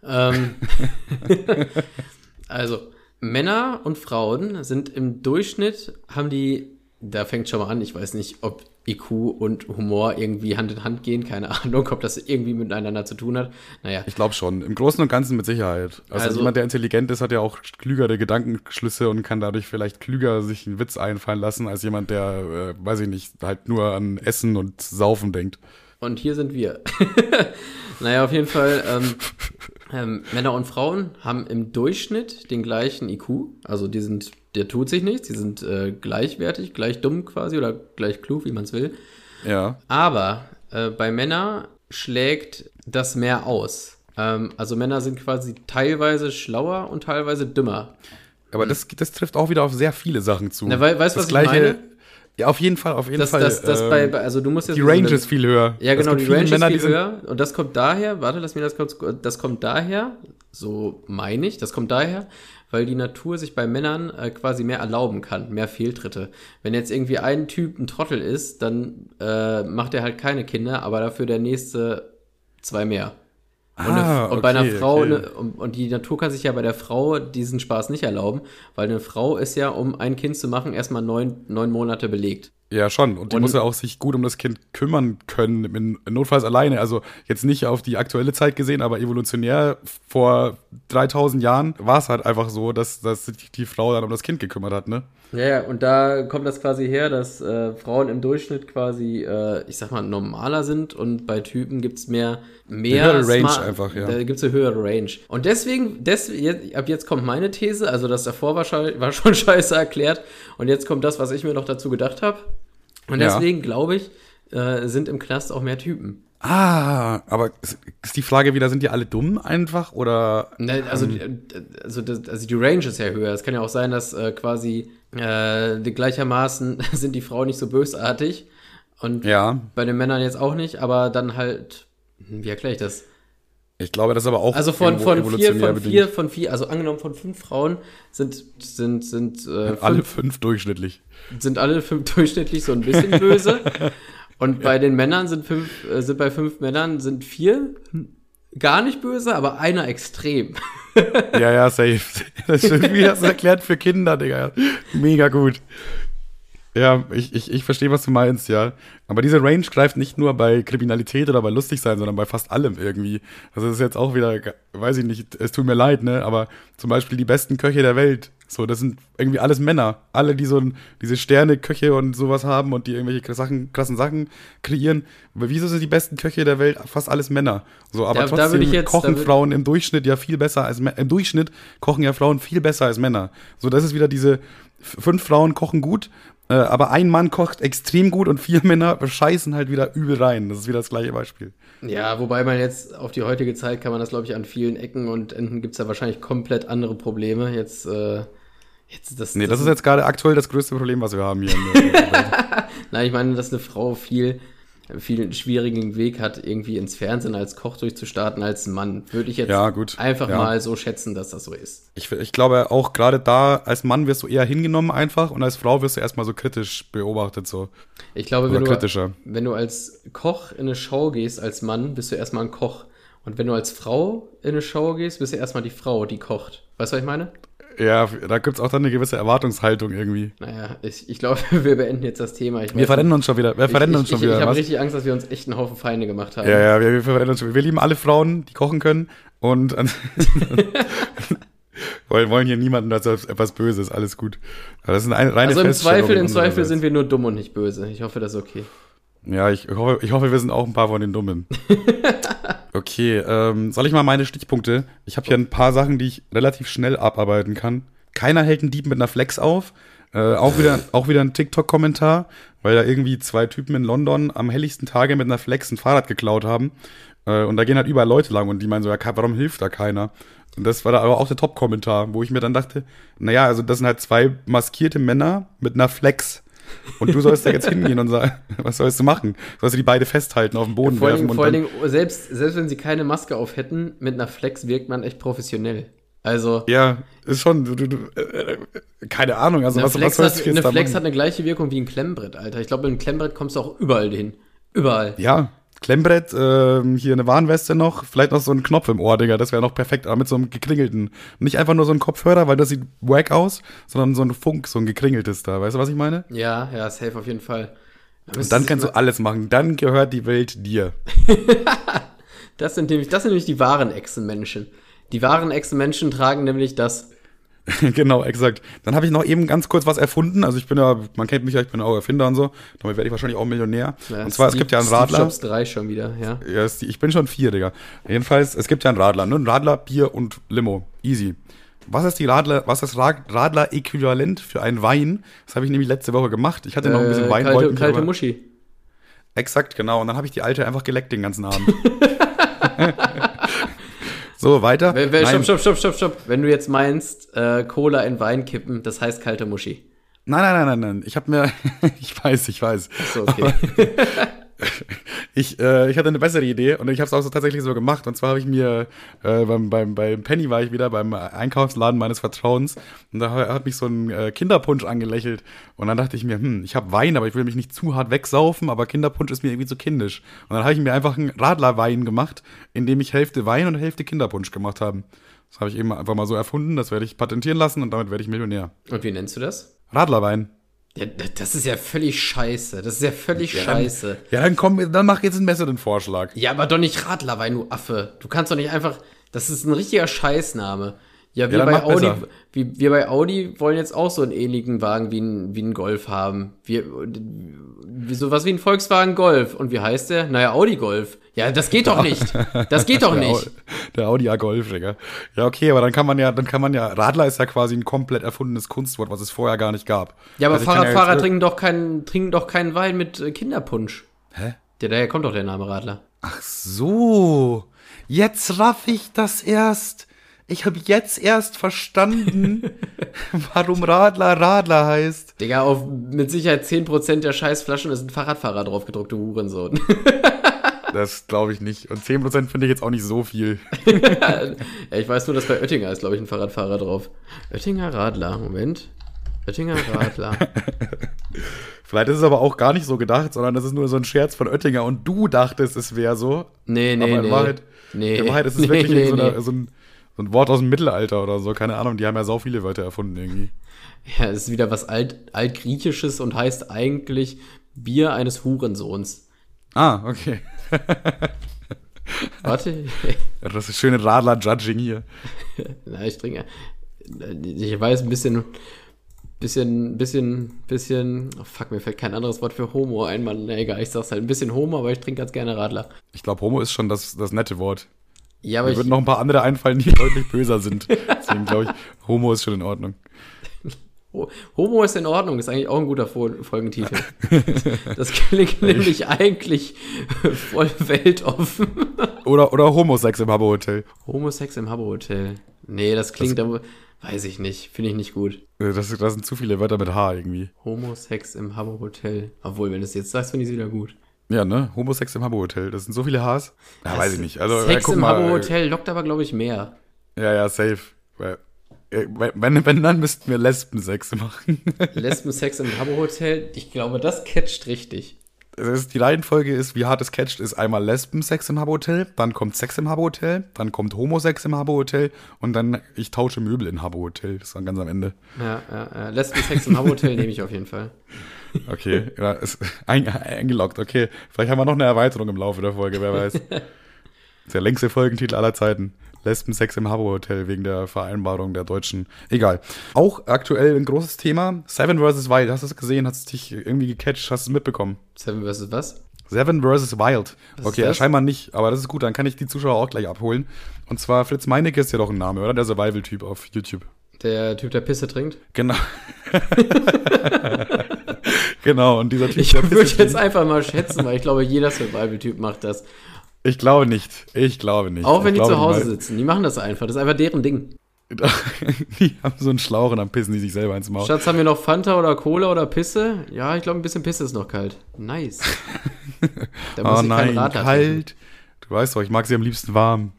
S2: Also, Männer und Frauen sind im Durchschnitt, da fängt schon mal an, ich weiß nicht, ob IQ und Humor irgendwie Hand in Hand gehen, keine Ahnung, ob das irgendwie miteinander zu tun hat. Naja,
S1: Ich glaube schon. Im Großen und Ganzen mit Sicherheit. Also jemand, der intelligent ist, hat ja auch klügere Gedankenschlüsse und kann dadurch vielleicht klüger sich einen Witz einfallen lassen, als jemand, der, weiß ich nicht, halt nur an Essen und Saufen denkt.
S2: und hier sind wir. Naja, auf jeden Fall, Männer und Frauen haben im Durchschnitt den gleichen IQ. Also der tut sich nichts, die sind gleichwertig, gleich dumm quasi oder gleich klug, wie man es will.
S1: Ja.
S2: Aber bei Männern schlägt das mehr aus. Also Männer sind quasi teilweise schlauer und teilweise dümmer.
S1: Aber das trifft auch wieder auf sehr viele Sachen zu.
S2: Na, weißt du,
S1: Das
S2: was ich meine?
S1: Ja, auf jeden Fall.
S2: Also du musst jetzt
S1: die Range ist viel höher.
S2: Ja, genau,
S1: Es
S2: die
S1: gibt
S2: Range
S1: viele Männer,
S2: ist viel
S1: die
S2: höher. Und das kommt daher, warte, lass mir das kurz, das kommt daher, so meine ich, das kommt daher, weil die Natur sich bei Männern quasi mehr erlauben kann, mehr Fehltritte. Wenn jetzt irgendwie ein Typ ein Trottel ist, dann macht er halt keine Kinder, aber dafür der nächste 2 mehr. Und bei einer Frau,
S1: okay.
S2: und die Natur kann sich ja bei der Frau diesen Spaß nicht erlauben, weil eine Frau ist ja, um ein Kind zu machen, erstmal 9 Monate belegt.
S1: Ja, schon. Und die muss ja auch sich gut um das Kind kümmern können, notfalls alleine. Also jetzt nicht auf die aktuelle Zeit gesehen, aber evolutionär vor 3000 Jahren war es halt einfach so, dass sich die Frau dann um das Kind gekümmert hat, ne?
S2: Ja, und da kommt das quasi her, dass Frauen im Durchschnitt quasi, ich sag mal, normaler sind und bei Typen gibt's mehr
S1: Eine höhere Range einfach, ja.
S2: Da gibt's eine höhere Range. Und deswegen, ab jetzt kommt meine These, also das davor war schon scheiße erklärt und jetzt kommt das, was ich mir noch dazu gedacht habe. Und deswegen glaube ich, sind im Knast auch mehr Typen.
S1: Aber ist die Frage wieder, sind die alle dumm einfach oder?
S2: Ne, also die Range ist ja höher. Es kann ja auch sein, dass quasi gleichermaßen sind die Frauen nicht so bösartig und bei den Männern jetzt auch nicht, aber dann halt, wie erkläre ich das?
S1: Ich glaube, das ist aber auch
S2: Also von
S1: evolutionär bedingt.
S2: also angenommen von 5 Frauen sind
S1: Alle 5 durchschnittlich.
S2: sind alle 5 durchschnittlich so ein bisschen böse. Und bei den Männern sind bei 5 Männern sind 4 gar nicht böse, aber einer extrem.
S1: Ja, safe. Das ist irgendwie das erklärt für Kinder, Digga. Mega gut. Ja, ich verstehe, was du meinst, ja. Aber diese Range greift nicht nur bei Kriminalität oder bei Lustigsein, sondern bei fast allem irgendwie. Also das ist jetzt auch wieder, weiß ich nicht, es tut mir leid, ne, aber zum Beispiel die besten Köche der Welt, so, das sind irgendwie alles Männer. Alle, die diese Sterne-Köche und sowas haben und die irgendwelche krassen Sachen kreieren. Aber wieso sind die besten Köche der Welt fast alles Männer? So, aber trotzdem kochen Frauen im Durchschnitt ja viel besser als Männer. Im Durchschnitt kochen ja Frauen viel besser als Männer. So, das ist wieder diese 5 Frauen kochen gut, aber ein Mann kocht extrem gut und 4 Männer scheißen halt wieder übel rein. Das ist wieder das gleiche Beispiel.
S2: Ja, wobei man jetzt auf die heutige Zeit kann man das, glaube ich, an vielen Ecken und Enden gibt es ja wahrscheinlich komplett andere Probleme. Das ist jetzt
S1: gerade aktuell das größte Problem, was wir haben hier in der Welt.
S2: Nein, ich meine, dass eine Frau viel viel schwierigen Weg hat, irgendwie ins Fernsehen als Koch durchzustarten als Mann. Würde ich jetzt einfach mal so schätzen, dass das so ist.
S1: Ich glaube auch gerade da, als Mann wirst du eher hingenommen einfach und als Frau wirst du erstmal so kritisch beobachtet so.
S2: Ich glaube, wenn du als Koch in eine Show gehst als Mann, bist du erstmal ein Koch. Und wenn du als Frau in eine Show gehst, bist du erstmal die Frau, die kocht. Weißt du, was ich meine?
S1: Ja, da gibt es auch dann eine gewisse Erwartungshaltung irgendwie.
S2: Naja, ich glaube, wir beenden jetzt das Thema.
S1: Wir verrennen uns schon wieder. Ich
S2: habe richtig Angst, dass wir uns echt einen Haufen Feinde gemacht haben.
S1: Ja, wir verrennen uns schon. Wir lieben alle Frauen, die kochen können und wollen hier niemanden als etwas Böses, alles gut. Aber das ist eine reine
S2: Feststellung. Im Zweifel sind wir nur dumm und nicht böse. Ich hoffe, das ist okay.
S1: Ja, ich hoffe, wir sind auch ein paar von den Dummen. Okay, soll ich mal meine Stichpunkte? Ich habe hier ein paar Sachen, die ich relativ schnell abarbeiten kann. Keiner hält einen Dieb mit einer Flex auf. Auch wieder ein TikTok-Kommentar, weil da irgendwie 2 Typen in London am helllichsten Tage mit einer Flex ein Fahrrad geklaut haben. Und da gehen halt überall Leute lang und die meinen so, ja, warum hilft da keiner? Und das war da aber auch der Top-Kommentar, wo ich mir dann dachte, naja, also das sind halt 2 maskierte Männer mit einer Flex. Und du sollst da jetzt hingehen und sagen, was sollst du machen? Sollst du die beide festhalten, auf den Boden werfen?
S2: Vor allen Dingen, selbst wenn sie keine Maske auf hätten, mit einer Flex wirkt man echt professionell. Also.
S1: Ja, ist schon, keine Ahnung, also was sollst du jetzt
S2: da machen? Eine Flex hat eine gleiche Wirkung wie ein Klemmbrett, Alter. Ich glaube, mit einem Klemmbrett kommst du auch überall hin. Überall.
S1: Ja, Klemmbrett, hier eine Warnweste noch, vielleicht noch so ein Knopf im Ohr, Digga, das wäre noch perfekt, aber mit so einem gekringelten. Nicht einfach nur so ein Kopfhörer, weil das sieht wack aus, sondern so ein Funk, so ein gekringeltes da. Weißt du, was ich meine?
S2: Ja, safe auf jeden Fall.
S1: Und dann kannst du alles machen. Dann gehört die Welt dir.
S2: Das sind nämlich die wahren Echsenmenschen. Die wahren Echsenmenschen tragen nämlich das.
S1: Genau, exakt. Dann habe ich noch eben ganz kurz was erfunden. Also man kennt mich ja, ich bin auch Erfinder und so. Damit werde ich wahrscheinlich auch Millionär.
S2: Ja,
S1: und zwar, es gibt ja einen Radler.
S2: Steve Jobs 3 schon wieder, ja.
S1: Ja, ich bin schon 4, Digga. Jedenfalls, es gibt ja einen Radler. Nur ein Radler, Bier und Limo. Easy. Was ist das Radler-Äquivalent für einen Wein? Das habe ich nämlich letzte Woche gemacht. Ich hatte noch ein bisschen Wein.
S2: Kalte Muschi.
S1: Exakt, genau. Und dann habe ich die Alte einfach geleckt den ganzen Abend. So, weiter.
S2: Stopp. Wenn du jetzt meinst, Cola in Wein kippen, das heißt kalte Muschi.
S1: Nein. Ich weiß.
S2: Achso, okay.
S1: Ich hatte eine bessere Idee und ich habe es auch so tatsächlich so gemacht. Und zwar habe ich mir beim Penny war ich wieder beim Einkaufsladen meines Vertrauens und da hat mich so ein Kinderpunsch angelächelt. Und dann dachte ich mir, ich habe Wein, aber ich will mich nicht zu hart wegsaufen, aber Kinderpunsch ist mir irgendwie zu kindisch. Und dann habe ich mir einfach einen Radlerwein gemacht, in dem ich Hälfte Wein und Hälfte Kinderpunsch gemacht habe. Das habe ich eben einfach mal so erfunden, das werde ich patentieren lassen und damit werde ich Millionär.
S2: Und wie nennst du das?
S1: Radlerwein.
S2: Ja, das ist ja völlig scheiße. Scheiße.
S1: Dann mach jetzt einen besseren Vorschlag.
S2: Ja, aber doch nicht Radlerwein, du Affe. Du kannst doch nicht einfach. Das ist ein richtiger Scheißname. Ja, wir bei Audi wollen jetzt auch so einen ähnlichen Wagen wie ein Golf haben. Sowas wie ein Volkswagen Golf. Und wie heißt der? Naja, Audi Golf. Ja, das geht doch nicht. Das geht doch nicht.
S1: Der Audi A-Golf, Digga. Ja, okay, aber dann kann man ja, Radler ist ja quasi ein komplett erfundenes Kunstwort, was es vorher gar nicht gab.
S2: Ja, aber Fahrradfahrer trinken doch keinen Wein mit Kinderpunsch.
S1: Hä?
S2: Daher kommt doch der Name Radler.
S1: Ach so. Jetzt raff ich das erst. Ich habe jetzt erst verstanden, warum Radler heißt.
S2: Digga, auf mit Sicherheit 10% der Scheißflaschen ist ein Fahrradfahrer drauf gedruckt, du Hurensohn.
S1: Das glaube ich nicht. Und 10% finde ich jetzt auch nicht so viel.
S2: Ja, ich weiß nur, dass bei Oettinger ist, glaube ich, ein Fahrradfahrer drauf. Oettinger Radler, Moment. Oettinger Radler.
S1: Vielleicht ist es aber auch gar nicht so gedacht, sondern das ist nur so ein Scherz von Oettinger und du dachtest, es wäre so.
S2: Nee.
S1: In Wahrheit ist es wirklich so ein Wort aus dem Mittelalter oder so. Keine Ahnung, die haben ja sau viele Wörter erfunden irgendwie.
S2: Ja, es ist wieder was Altgriechisches und heißt eigentlich Bier eines Hurensohns.
S1: Ah, okay.
S2: Warte.
S1: Das ist schöne Radler-Judging hier.
S2: Na, ich trinke. Ich weiß, ein bisschen. Oh fuck, mir fällt kein anderes Wort für Homo ein, Mann. Na egal, ich sag's halt. Ein bisschen Homo, aber ich trinke ganz gerne Radler.
S1: Ich glaube, Homo ist schon das nette Wort.
S2: Ja, aber
S1: mir würden noch ein paar andere einfallen, die deutlich böser sind. Deswegen glaube ich, Homo ist schon in Ordnung.
S2: Homo ist in Ordnung, ist eigentlich auch ein guter Folgentitel. Das klingt nämlich eigentlich voll weltoffen.
S1: Oder Homosex im Habbo-Hotel.
S2: Homosex im Habbo-Hotel. Nee, das klingt aber, weiß ich nicht, finde ich nicht gut.
S1: Das sind zu viele Wörter mit H irgendwie.
S2: Homosex im Habbo-Hotel. Obwohl, wenn du es jetzt sagst, finde ich es wieder gut.
S1: Ja, ne? Homosex im Habbo-Hotel. Das sind so viele Hs. Ja, weiß ich nicht. Also,
S2: Sex
S1: guck
S2: im
S1: mal,
S2: Habbo-Hotel lockt aber, glaube ich, mehr.
S1: Ja, safe. Wenn, dann müssten wir Lesbensex machen.
S2: Lesbensex im Habbo-Hotel, ich glaube, das catcht richtig.
S1: Die Reihenfolge ist, wie hart es catcht, ist einmal Lesbensex im Habbo-Hotel, dann kommt Sex im Habbo-Hotel, dann kommt Homosex im Habbo-Hotel und dann ich tausche Möbel in Habbo-Hotel. Das ist dann ganz am Ende.
S2: Ja. Lesbensex im Habbo-Hotel nehme ich auf jeden Fall.
S1: Okay, ja, ist eingeloggt. Okay, vielleicht haben wir noch eine Erweiterung im Laufe der Folge, wer weiß. Das ist der längste Folgentitel aller Zeiten. Lesbensex im Habbo-Hotel wegen der Vereinbarung der Deutschen. Egal. Auch aktuell ein großes Thema. Seven vs. Wild. Hast du es gesehen? Hast du dich irgendwie gecatcht? Hast du es mitbekommen?
S2: Seven vs. was?
S1: Seven vs. Wild.
S2: Was
S1: Okay,
S2: ist das?
S1: scheinbar nicht. Aber das ist gut. Dann kann ich die Zuschauer auch gleich abholen. Und zwar Fritz Meinecke ist ja doch ein Name, oder? Der Survival-Typ auf YouTube.
S2: Der Typ, der Pisse trinkt?
S1: Genau. Genau. Und dieser Typ.
S2: Ich würde jetzt einfach mal schätzen, weil ich glaube, jeder Survival-Typ macht das.
S1: Ich glaube nicht.
S2: Auch wenn die zu Hause
S1: sitzen.
S2: sitzen. Die machen das einfach. Das ist einfach deren Ding.
S1: Die haben so einen Schlauch und dann pissen die sich selber ins Maul.
S2: Schatz, haben wir noch Fanta oder Cola oder Pisse? Ja, ich glaube, ein bisschen Pisse ist noch kalt. Nice. Da muss
S1: Oh
S2: ich
S1: nein,
S2: keinen Radler trinken.
S1: kalt. Du weißt doch, ich mag sie am liebsten warm.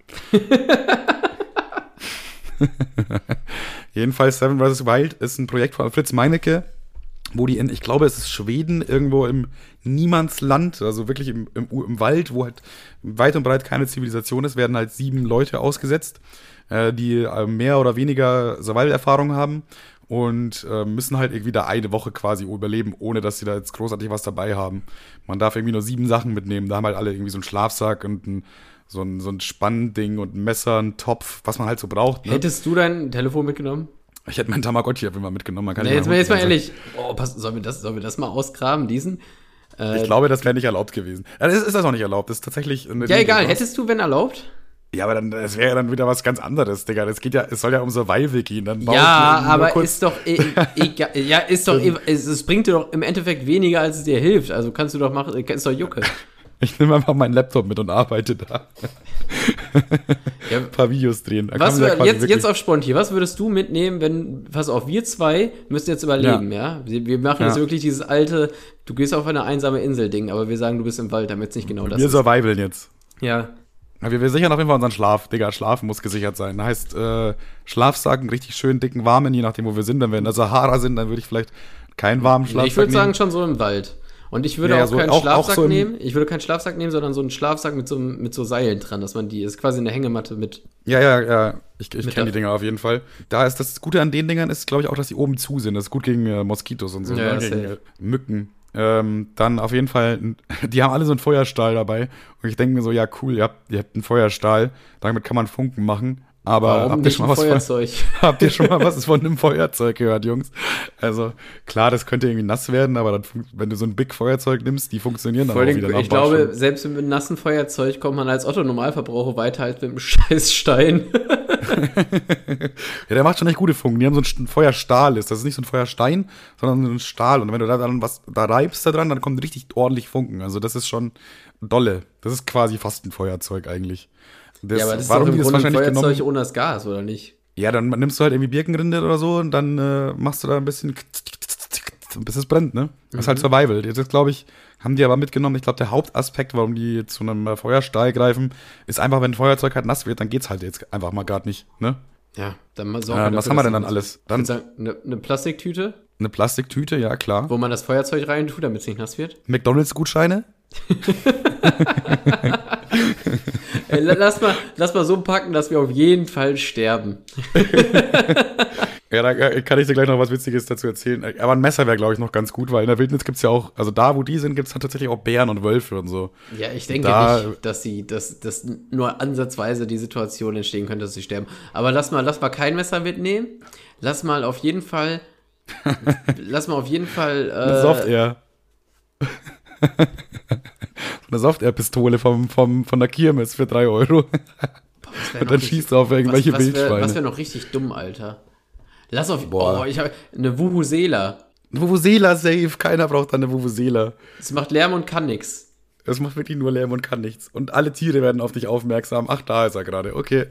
S1: Jedenfalls Seven vs. Wild ist ein Projekt von Fritz Meinecke, wo die ich glaube, es ist Schweden, irgendwo im Niemandsland, also wirklich im Wald, wo halt weit und breit keine Zivilisation ist, werden halt 7 Leute ausgesetzt, die mehr oder weniger Survival-Erfahrung haben und müssen halt irgendwie da eine Woche quasi überleben, ohne dass sie da jetzt großartig was dabei haben. Man darf irgendwie nur 7 Sachen mitnehmen, da haben halt alle irgendwie so einen Schlafsack und so ein Spannding und ein Messer, ein Topf, was man halt so braucht. Ne?
S2: Hättest du dein Telefon mitgenommen?
S1: Ich hätte meinen Tamagotchi auf jeden Fall mitgenommen. Man kann
S2: Nee,
S1: nicht
S2: jetzt mal
S1: Hund
S2: ehrlich. Oh, sollen wir das mal ausgraben, diesen?
S1: Ich glaube, das wäre nicht erlaubt gewesen. Ja, das ist das auch nicht erlaubt. Das ist tatsächlich eine
S2: Ja,
S1: Regel.
S2: egal. Hättest du, wenn erlaubt?
S1: Ja, aber dann, das wäre dann wieder was ganz anderes, Digga. Es soll ja um Survival gehen. Dann
S2: Ja, aber ist doch egal. Ja, ist doch, es bringt dir doch im Endeffekt weniger, als es dir hilft. Also kannst du doch machen, ist doch Jucke.
S1: Ich nehme einfach meinen Laptop mit und arbeite da.
S2: Ja.
S1: Ein paar Videos drehen. Da
S2: Was
S1: kann man ja quasi
S2: jetzt auf Sponti, was würdest du mitnehmen, wenn, pass auf, wir zwei müssen jetzt überleben, ja? Wir machen jetzt wirklich dieses alte, du gehst auf eine einsame Insel-Ding, aber wir sagen, du bist im Wald, damit es nicht genau das
S1: wir
S2: ist.
S1: survivalen jetzt.
S2: Ja.
S1: Aber wir sichern auf jeden Fall unseren Schlaf. Digga, Schlafen muss gesichert sein. Das heißt, Schlafsack, einen richtig schönen, dicken, warmen, je nachdem, wo wir sind. Wenn wir in der Sahara sind, dann würde ich vielleicht keinen warmen Schlafsack
S2: Ich würde sagen,
S1: nehmen.
S2: schon so im Wald. Und ich würde
S1: Ja,
S2: auch
S1: so-
S2: keinen
S1: auch
S2: Schlafsack
S1: so im-
S2: nehmen. Ich würde keinen Schlafsack nehmen, sondern so einen Schlafsack mit so Seilen dran, dass man die, ist quasi eine Hängematte mit.
S1: Ja. Ich
S2: Mit
S1: kenne die Dinger auf jeden Fall. Da ist das Gute an den Dingern ist, glaube ich, auch, dass die oben zu sind. Das ist gut gegen Moskitos und so,
S2: Ja,
S1: ne? Gegen
S2: safe.
S1: Mücken. Dann auf jeden Fall, die haben alle so einen Feuerstahl dabei. Und ich denke mir so, ja cool, ihr habt einen Feuerstahl, damit kann man Funken machen. Aber
S2: Warum
S1: habt ihr
S2: nicht
S1: schon
S2: ein
S1: mal was
S2: Feuerzeug?
S1: habt ihr schon mal was von einem Feuerzeug gehört, Jungs? Also klar, das könnte irgendwie nass werden, aber dann, wenn du so ein Big Feuerzeug nimmst, die funktionieren dann
S2: Vor
S1: auch
S2: allem,
S1: wieder nach
S2: ich
S1: ein paar
S2: glaube,
S1: Stunden.
S2: selbst mit einem nassen Feuerzeug kommt man als Otto-Normalverbraucher weiter als mit einem scheiß Stein.
S1: Ja, der macht schon echt gute Funken. Die haben so ein Feuerstahl ist. Das ist nicht so ein Feuerstein, sondern so ein Stahl. Und wenn du da dann was da reibst da dran, dann kommt richtig ordentlich Funken. Also das ist schon dolle. Das ist quasi fast ein Feuerzeug eigentlich.
S2: Ja, aber das ist
S1: warum
S2: doch im
S1: die
S2: Grunde ein Feuerzeug
S1: genommen?
S2: ohne das Gas, oder nicht?
S1: Ja, dann nimmst du halt irgendwie Birkenrinde oder so und dann machst du da ein bisschen bis es brennt, ne? Das ist halt Survival. Das glaube ich, haben die aber mitgenommen. Ich glaube, der Hauptaspekt, warum die zu einem Feuerstahl greifen, ist einfach, wenn ein Feuerzeug halt nass wird, dann geht's halt jetzt einfach mal gerade nicht, ne?
S2: Ja, dann mal sorgen
S1: Was haben wir denn dann alles? Dann
S2: Eine Plastiktüte,
S1: eine Plastiktüte, ja klar.
S2: wo man das Feuerzeug rein tut, damit es nicht nass wird.
S1: McDonalds-Gutscheine?
S2: Ey, lass mal so packen, dass wir auf jeden Fall sterben.
S1: Ja, da kann ich dir gleich noch was Witziges dazu erzählen. Aber ein Messer wäre, glaube ich, noch ganz gut, weil in der Wildnis gibt's ja auch, also da, wo die sind, gibt's halt tatsächlich auch Bären und Wölfe und so.
S2: Ja, ich denke
S1: Da-
S2: nicht, dass nur ansatzweise die Situation entstehen könnte, dass sie sterben. Aber lass mal kein Messer mitnehmen. Lass mal auf jeden Fall.
S1: Eine Soft-Air. Eine Soft-Air-Pistole von der Kirmes für 3 Euro. Und dann schießt du auf irgendwelche Wildschweine.
S2: Was wäre noch richtig dumm, Alter? Lass auf.
S1: Boah.
S2: Oh, ich habe eine Vuvuzela.
S1: Vuvuzela safe. Keiner braucht dann eine Vuvuzela.
S2: Es macht Lärm und kann nix.
S1: Das macht wirklich nur Lärm und kann nichts. Und alle Tiere werden auf dich aufmerksam. Ach, da ist er gerade. Okay.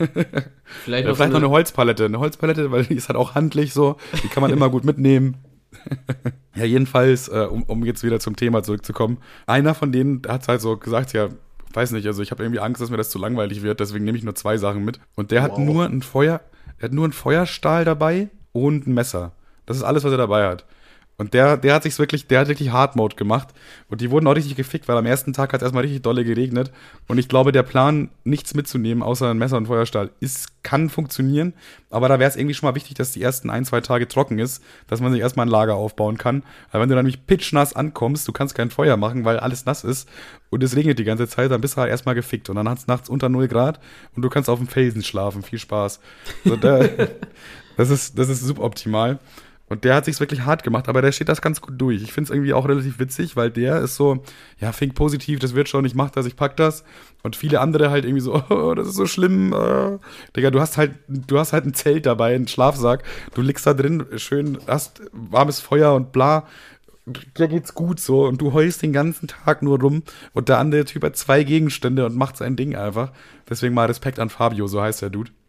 S2: Vielleicht
S1: Ja,
S2: noch
S1: vielleicht noch eine Holzpalette. Eine Holzpalette, weil die ist halt auch handlich so. Die kann man immer gut mitnehmen. Ja, jedenfalls, um jetzt wieder zum Thema zurückzukommen, einer von denen hat halt so gesagt, ja, weiß nicht, also ich habe irgendwie Angst, dass mir das zu langweilig wird, deswegen nehme ich nur 2 Sachen mit. Und der hat nur ein Feuerstahl dabei und ein Messer. Das ist alles, was er dabei hat. Und der hat wirklich Hard Mode gemacht. Und die wurden auch richtig gefickt, weil am ersten Tag hat es erstmal richtig dolle geregnet. Und ich glaube, der Plan, nichts mitzunehmen, außer ein Messer und Feuerstahl, kann funktionieren. Aber da wäre es irgendwie schon mal wichtig, dass die ersten 1-2 Tage trocken ist, dass man sich erstmal ein Lager aufbauen kann. Weil wenn du dann nämlich pitchnass ankommst, du kannst kein Feuer machen, weil alles nass ist und es regnet die ganze Zeit, dann bist du halt erstmal gefickt. Und dann hat es nachts unter 0 Grad und du kannst auf dem Felsen schlafen. Viel Spaß. So, das ist suboptimal. Und der hat sich's wirklich hart gemacht, aber der steht das ganz gut durch. Ich find's irgendwie auch relativ witzig, weil der ist so, ja, think positiv, das wird schon, ich mach das, ich pack das. Und viele andere halt irgendwie so, oh, das ist so schlimm. Digga, du hast halt ein Zelt dabei, einen Schlafsack. Du liegst da drin, schön, hast warmes Feuer und bla. Dir geht's gut so und du heulst den ganzen Tag nur rum und der andere Typ hat 2 Gegenstände und macht sein Ding einfach. Deswegen mal Respekt an Fabio, so heißt der Dude.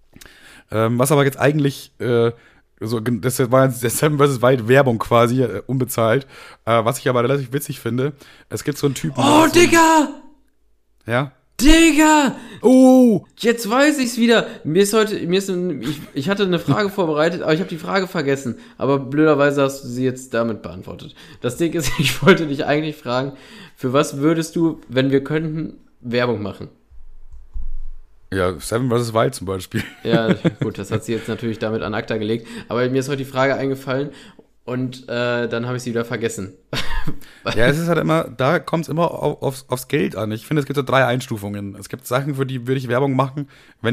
S1: Was aber jetzt eigentlich das war jetzt der Seven vs. Wild Werbung quasi, unbezahlt. Was ich aber relativ witzig finde, es gibt so einen Typen.
S2: Oh, Digga!
S1: Ja?
S2: Digga!
S1: Oh!
S2: Jetzt weiß ich's wieder. Ich hatte eine Frage vorbereitet, aber ich habe die Frage vergessen. Aber blöderweise hast du sie jetzt damit beantwortet. Das Ding ist, ich wollte dich eigentlich fragen, für was würdest du, wenn wir könnten, Werbung machen?
S1: Ja, Seven vs. Wild zum Beispiel.
S2: Ja, gut, das hat sie jetzt natürlich damit an acta gelegt. Aber mir ist heute die Frage eingefallen und dann habe ich sie wieder vergessen.
S1: Ja, es ist halt immer, da kommt es immer aufs Geld an. Ich finde, es gibt so 3 Einstufungen. Es gibt Sachen, für die würde ich Werbung machen,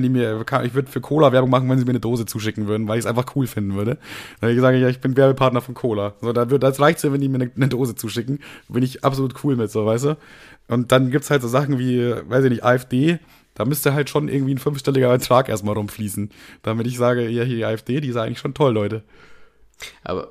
S1: ich würde für Cola Werbung machen, wenn sie mir eine Dose zuschicken würden, weil ich es einfach cool finden würde. Dann würde ich sagen, ja, ich bin Werbepartner von Cola. So, das reicht so, wenn die mir eine Dose zuschicken. Bin ich absolut cool mit, so, weißt du? Und dann gibt es halt so Sachen wie, weiß ich nicht, AfD. Da müsste halt schon irgendwie ein 5-stelliger Betrag erstmal rumfließen, damit ich sage, ja, hier die AfD, die ist eigentlich schon toll, Leute.
S2: Aber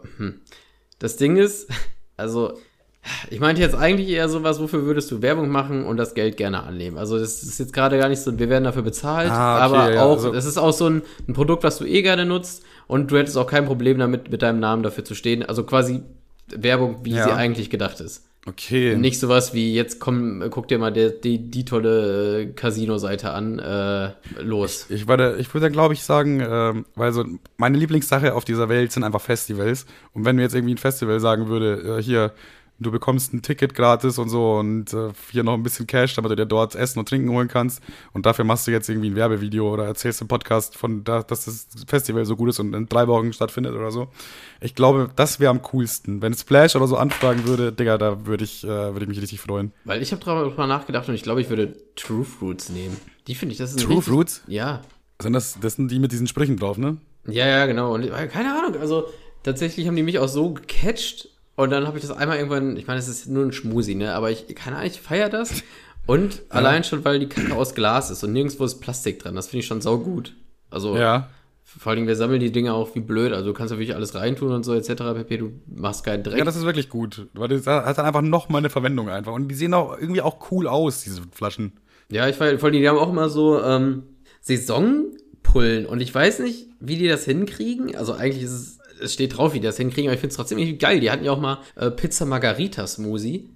S2: das Ding ist, also ich meinte jetzt eigentlich eher sowas, wofür würdest du Werbung machen und das Geld gerne annehmen. Also das ist jetzt gerade gar nicht so, wir werden dafür bezahlt, okay, aber ja, auch, also, es ist auch so ein Produkt, was du gerne nutzt und du hättest auch kein Problem damit, mit deinem Namen dafür zu stehen. Also quasi Werbung, wie sie eigentlich gedacht ist.
S1: Okay.
S2: Nicht sowas wie, jetzt guck dir mal die tolle Casino-Seite an, los.
S1: Ich würde dann, glaube ich, sagen, weil so meine Lieblingssache auf dieser Welt sind einfach Festivals. Und wenn mir jetzt irgendwie ein Festival sagen würde, hier, du bekommst ein Ticket gratis und so und hier noch ein bisschen Cash, damit du dir dort Essen und Trinken holen kannst und dafür machst du jetzt irgendwie ein Werbevideo oder erzählst im Podcast dass das Festival so gut ist und in 3 Wochen stattfindet oder so. Ich glaube, das wäre am coolsten. Wenn Splash oder so anfragen würde, Digga, da würde ich mich richtig freuen.
S2: Weil ich habe drüber nachgedacht und ich glaube, ich würde True Fruits nehmen. Die finde ich, das ist
S1: True Fruits?
S2: Ja.
S1: Das sind die mit diesen Sprüchen drauf, ne?
S2: Ja, genau. Und keine Ahnung, also tatsächlich haben die mich auch so gecatcht. Und dann habe ich das einmal irgendwann, ich meine, es ist nur ein Schmusi, ne? Aber ich feiere das. Und allein schon, weil die Kacke aus Glas ist und nirgendwo ist Plastik dran. Das finde ich schon saugut. Also, vor allem, wir sammeln die Dinge auch wie blöd. Also, du kannst ja wirklich alles reintun und so, etc. pp. Du machst keinen Dreck.
S1: Ja, das ist wirklich gut. Weil das hat dann einfach noch mal eine Verwendung einfach. Und die sehen auch irgendwie auch cool aus, diese Flaschen.
S2: Ja, vor allem, die haben auch immer so Saisonpullen. Und ich weiß nicht, wie die das hinkriegen. Also, eigentlich ist es steht drauf, wie die das hinkriegen, aber ich finde es trotzdem irgendwie geil. Die hatten ja auch mal Pizza Margarita Smoothie.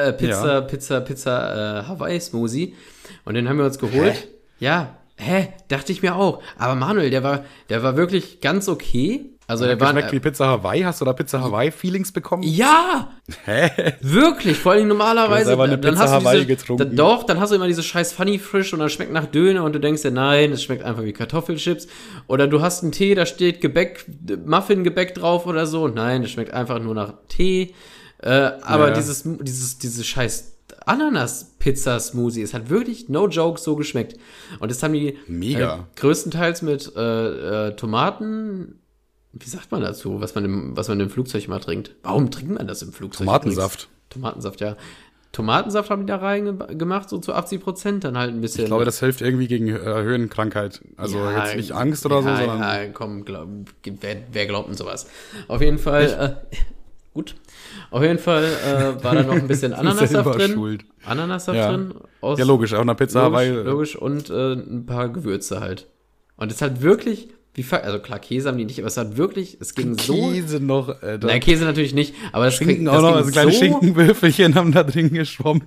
S2: Pizza Hawaii Smoothie. Und den haben wir uns geholt. Dachte ich mir auch. Aber Manuel, der war wirklich ganz okay. Also der war
S1: schmeckt wie Pizza Hawaii. Hast du da Pizza Hawaii Feelings bekommen?
S2: Ja!
S1: Hä?
S2: Wirklich, vor allem normalerweise.
S1: Du hast aber eine Pizza Hawaii getrunken.
S2: Dann hast du immer diese scheiß Funny Frisch und das schmeckt nach Döner und du denkst dir, nein, es schmeckt einfach wie Kartoffelchips. Oder du hast einen Tee, da steht Muffin-Gebäck drauf oder so. Nein, das schmeckt einfach nur nach Tee. Aber dieses scheiß Ananas-Pizza-Smoothie, es hat wirklich, no joke, so geschmeckt. Und das haben die größtenteils mit Tomaten. Wie sagt man dazu, was man im Flugzeug mal trinkt? Warum trinkt man das im Flugzeug? Tomatensaft, ja. Tomatensaft haben die da reingemacht, so zu 80%, dann halt ein bisschen.
S1: Ich glaube, das hilft irgendwie gegen Höhenkrankheit. Also jetzt nicht Angst oder so, sondern.
S2: Ja, komm, wer glaubt denn sowas? Auf jeden Fall, gut. Auf jeden Fall war da noch ein bisschen Ananassaft drin.
S1: Schuld.
S2: Ananassaft drin.
S1: Ja, logisch, auch eine Pizza Hawaii.
S2: Logisch, und ein paar Gewürze halt. Und es hat wirklich Also klar, Käse haben die nicht, aber es hat wirklich, es ging so.
S1: Käse noch, Alter.
S2: Nein, Käse natürlich nicht, aber das
S1: Schinken auch noch, also kleine
S2: so,
S1: Schinkenwürfelchen haben da drin geschwommen.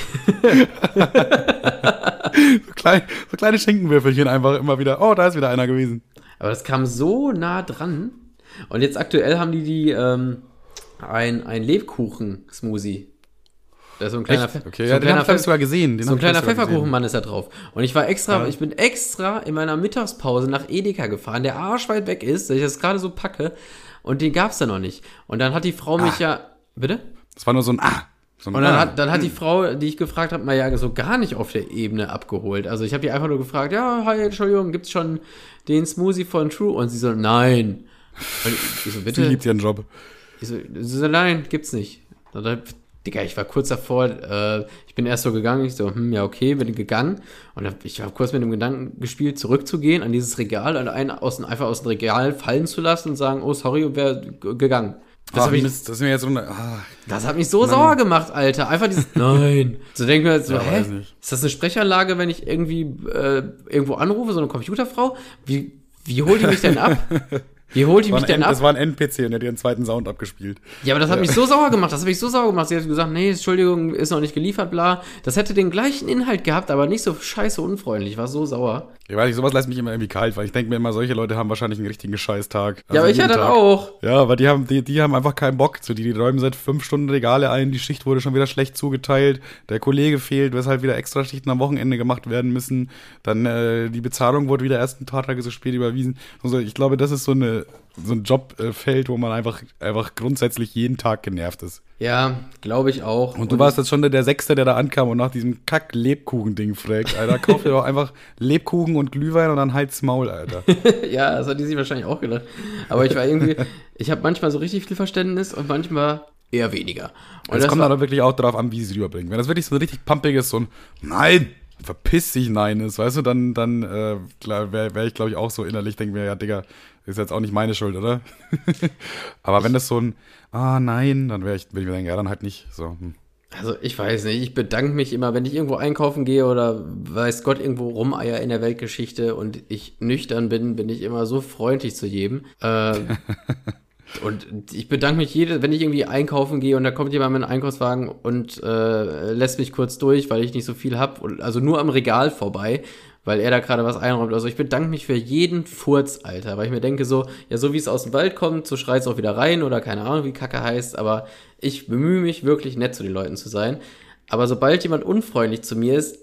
S1: so kleine Schinkenwürfelchen einfach immer wieder. Oh, da ist wieder einer gewesen.
S2: Aber das kam so nah dran. Und jetzt aktuell haben die ein Lebkuchen-Smoothie. Da ist so ein kleiner,
S1: okay, ja, den habe ich sogar gesehen.
S2: So ein kleiner Pfefferkuchenmann ist da drauf. Und ich bin extra in meiner Mittagspause nach Edeka gefahren, der arschweit weg ist, dass ich das gerade so packe. Und den gab's da noch nicht. Und dann hat die Frau mich bitte?
S1: Das war nur so ein
S2: Und dann hat die Frau, die ich gefragt habe, mal ja so gar nicht auf der Ebene abgeholt. Also ich habe die einfach nur gefragt, ja, hi, Entschuldigung, gibt's schon den Smoothie von True? Und sie so, nein. Und ich so, bitte?
S1: Sie liebt ihren Job.
S2: Ich so, nein, gibt's nicht. Und dann, Digga, ich war kurz davor, ich bin erst so gegangen, ich so, ja, okay, bin gegangen. Und ich habe kurz mit dem Gedanken gespielt, zurückzugehen an dieses Regal und einen einfach aus dem Regal fallen zu lassen und sagen, oh, sorry, und wäre gegangen. Das hat mich so sauer gemacht, Alter. Einfach dieses, nein. So denke ich mir so, hä? Ist das eine Sprechanlage, wenn ich irgendwie irgendwo anrufe, so eine Computerfrau? Wie holt die mich denn ab? Das
S1: war ein NPC und der hat ihren zweiten Sound abgespielt.
S2: Ja, aber das hat mich so sauer gemacht. Sie hat gesagt, nee, Entschuldigung, ist noch nicht geliefert, bla. Das hätte den gleichen Inhalt gehabt, aber nicht so scheiße unfreundlich. Ich war so sauer.
S1: Ja, weil sowas lässt mich immer irgendwie kalt, weil ich denke mir immer, solche Leute haben wahrscheinlich einen richtigen Scheißtag.
S2: Also ja, aber ich hatte das auch.
S1: Ja, aber die haben einfach keinen Bock. Die räumen seit 5 Stunden Regale ein, die Schicht wurde schon wieder schlecht zugeteilt, der Kollege fehlt, weshalb wieder Extraschichten am Wochenende gemacht werden müssen. Dann die Bezahlung wurde wieder erst ein paar Tage so spät überwiesen. Also ich glaube, das ist so ein Jobfeld, wo man einfach grundsätzlich jeden Tag genervt ist.
S2: Ja, glaube ich auch.
S1: Und du warst jetzt schon der Sechste, der da ankam und nach diesem Kack-Lebkuchen-Ding fragt. Alter, kauf dir doch einfach Lebkuchen und Glühwein und dann halt's Maul, Alter.
S2: Ja, das hat die sich wahrscheinlich auch gedacht. Aber ich habe manchmal so richtig viel Verständnis und manchmal eher weniger. Und
S1: es kommt aber wirklich auch darauf an, wie sie es rüberbringen. Wenn das wirklich so richtig pumpiges, so ein Nein, verpiss dich, Nein ist, weißt du, dann wäre ich, glaube ich, auch so innerlich, denke mir, ja, Digga, ist jetzt auch nicht meine Schuld, oder? Aber wenn das so ein nein, dann würde ich mir denken, ja, dann halt nicht. So.
S2: Also ich weiß nicht, ich bedanke mich immer, wenn ich irgendwo einkaufen gehe oder weiß Gott irgendwo rumeier in der Weltgeschichte und ich nüchtern bin ich immer so freundlich zu jedem. Und ich bedanke mich wenn ich irgendwie einkaufen gehe und da kommt jemand mit einem Einkaufswagen und lässt mich kurz durch, weil ich nicht so viel habe, also nur am Regal vorbei, weil er da gerade was einräumt. Also ich bedanke mich für jeden Furz, Alter, weil ich mir denke so, ja, so wie es aus dem Wald kommt, so schreit es auch wieder rein oder keine Ahnung, wie Kacke heißt, aber ich bemühe mich wirklich nett zu den Leuten zu sein. Aber sobald jemand unfreundlich zu mir ist,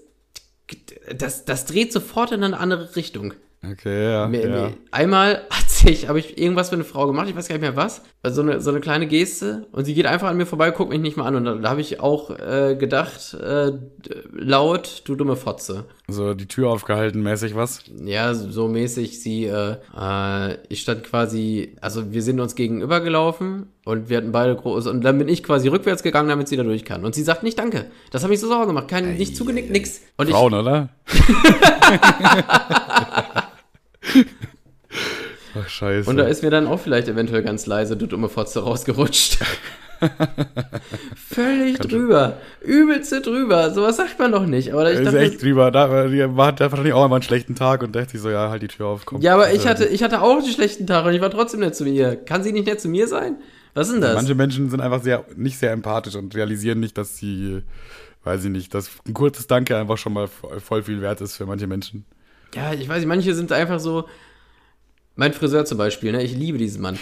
S2: das dreht sofort in eine andere Richtung.
S1: Okay, ja.
S2: Einmal habe ich irgendwas für eine Frau gemacht, ich weiß gar nicht mehr was, so eine kleine Geste und sie geht einfach an mir vorbei, guckt mich nicht mal an und da habe ich auch gedacht, laut, du dumme Fotze.
S1: So die Tür aufgehalten mäßig was?
S2: Ja, so mäßig, ich stand quasi, also wir sind uns gegenüber gelaufen und wir hatten beide groß und dann bin ich quasi rückwärts gegangen, damit sie da durch kann und sie sagt nicht danke, das hat mich so sauer gemacht, nicht zugenickt, nix. Und
S1: Frauen, oder? Ach, scheiße.
S2: Und da ist mir dann auch vielleicht eventuell ganz leise, du dumme Fotze, rausgerutscht. Völlig drüber. Übelste drüber. Sowas sagt man doch nicht. Aber ich dachte,
S1: ist echt drüber. Die hat wahrscheinlich auch immer einen schlechten Tag und dachte sich so, ja, halt die Tür auf. Komm.
S2: Ja, aber ich hatte auch einen schlechten Tag und ich war trotzdem nett zu mir. Kann sie nicht nett zu mir sein? Was ist denn das?
S1: Manche Menschen sind einfach nicht sehr empathisch und realisieren nicht, dass sie, weiß ich nicht, dass ein kurzes Danke einfach schon mal voll viel wert ist für manche Menschen.
S2: Ja, ich weiß nicht, manche sind einfach so. Mein Friseur zum Beispiel, ne? Ich liebe diesen Mann.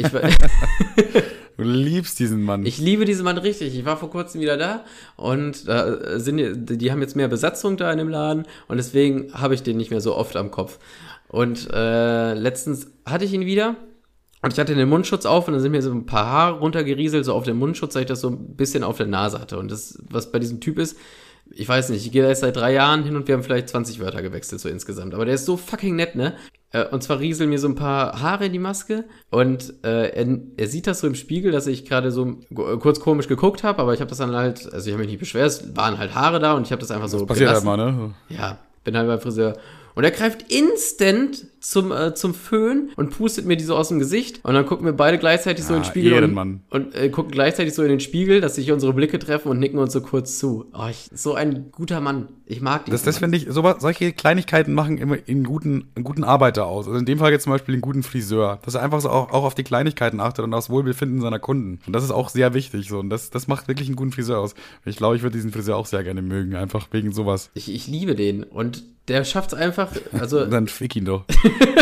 S1: Du liebst diesen Mann.
S2: Ich liebe diesen Mann richtig. Ich war vor kurzem wieder da und die haben jetzt mehr Besatzung da in dem Laden und deswegen habe ich den nicht mehr so oft am Kopf. Und letztens hatte ich ihn wieder und ich hatte den Mundschutz auf und dann sind mir so ein paar Haare runtergerieselt, so auf dem Mundschutz, weil ich das so ein bisschen auf der Nase hatte. Und das, was bei diesem Typ ist, ich weiß nicht, ich gehe da jetzt seit 3 Jahren hin und wir haben vielleicht 20 Wörter gewechselt, so insgesamt. Aber der ist so fucking nett, ne? Und zwar rieseln mir so ein paar Haare in die Maske und er sieht das so im Spiegel, dass ich gerade so kurz komisch geguckt habe, aber ich habe das dann halt, also ich habe mich nicht beschwert, es waren halt Haare da und ich habe das einfach so
S1: das passiert
S2: gelassen.
S1: Halt mal, ne?
S2: Ja, bin halt beim Friseur. Und er greift instant zum Föhn und pustet mir die so aus dem Gesicht. Und dann gucken wir beide gleichzeitig so in den Spiegel
S1: Ehrenmann.
S2: und gucken gleichzeitig so in den Spiegel, dass sich unsere Blicke treffen und nicken uns so kurz zu. Oh, so ein guter Mann. Ich mag den.
S1: Das finde ich, solche Kleinigkeiten machen immer einen guten Arbeiter aus. Also in dem Fall jetzt zum Beispiel einen guten Friseur. Dass er einfach so auch auf die Kleinigkeiten achtet und aufs Wohlbefinden seiner Kunden. Und das ist auch sehr wichtig. So. Und das macht wirklich einen guten Friseur aus. Ich glaube, ich würde diesen Friseur auch sehr gerne mögen. Einfach wegen sowas.
S2: Ich liebe den. Und der schafft es einfach. Also
S1: dann fick ihn doch.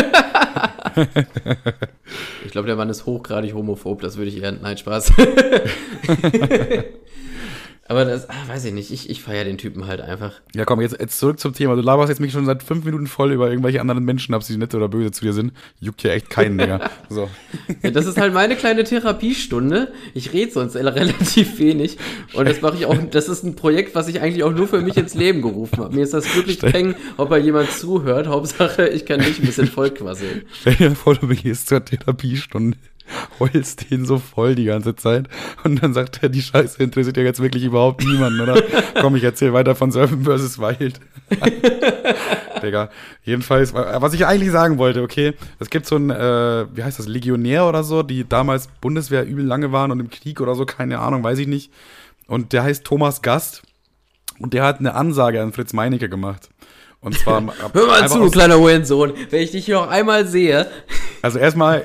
S2: Ich glaube, der Mann ist hochgradig homophob. Das würde ich eher. Nein, Spaß. Aber das, weiß ich nicht, ich feiere den Typen halt einfach.
S1: Ja, komm, jetzt zurück zum Thema. Du laberst jetzt mich schon seit 5 Minuten voll über irgendwelche anderen Menschen, ob sie nett oder böse zu dir sind. Juckt hier echt keinen, Digga. So.
S2: Ja, das ist halt meine kleine Therapiestunde. Ich rede sonst relativ wenig. Und das mache ich auch, das ist ein Projekt, was ich eigentlich auch nur für mich ins Leben gerufen habe. Mir ist das wirklich peng, ob da jemand zuhört. Hauptsache, ich kann nicht ein bisschen voll quasseln.
S1: Stell dir vor, du gehst zur Therapiestunde. Heulst den so voll die ganze Zeit und dann sagt er, die Scheiße interessiert ja jetzt wirklich überhaupt niemanden, oder? Komm, ich erzähle weiter von Surfen vs. Wild. Digga, jedenfalls, was ich eigentlich sagen wollte, okay, es gibt so ein, wie heißt das, Legionär oder so, die damals Bundeswehr übel lange waren und im Krieg oder so, keine Ahnung, weiß ich nicht. Und der heißt Thomas Gast und der hat eine Ansage an Fritz Meinecke gemacht. Und zwar
S2: hör mal zu, du kleiner Hurensohn, wenn ich dich hier noch einmal sehe.
S1: Also erstmal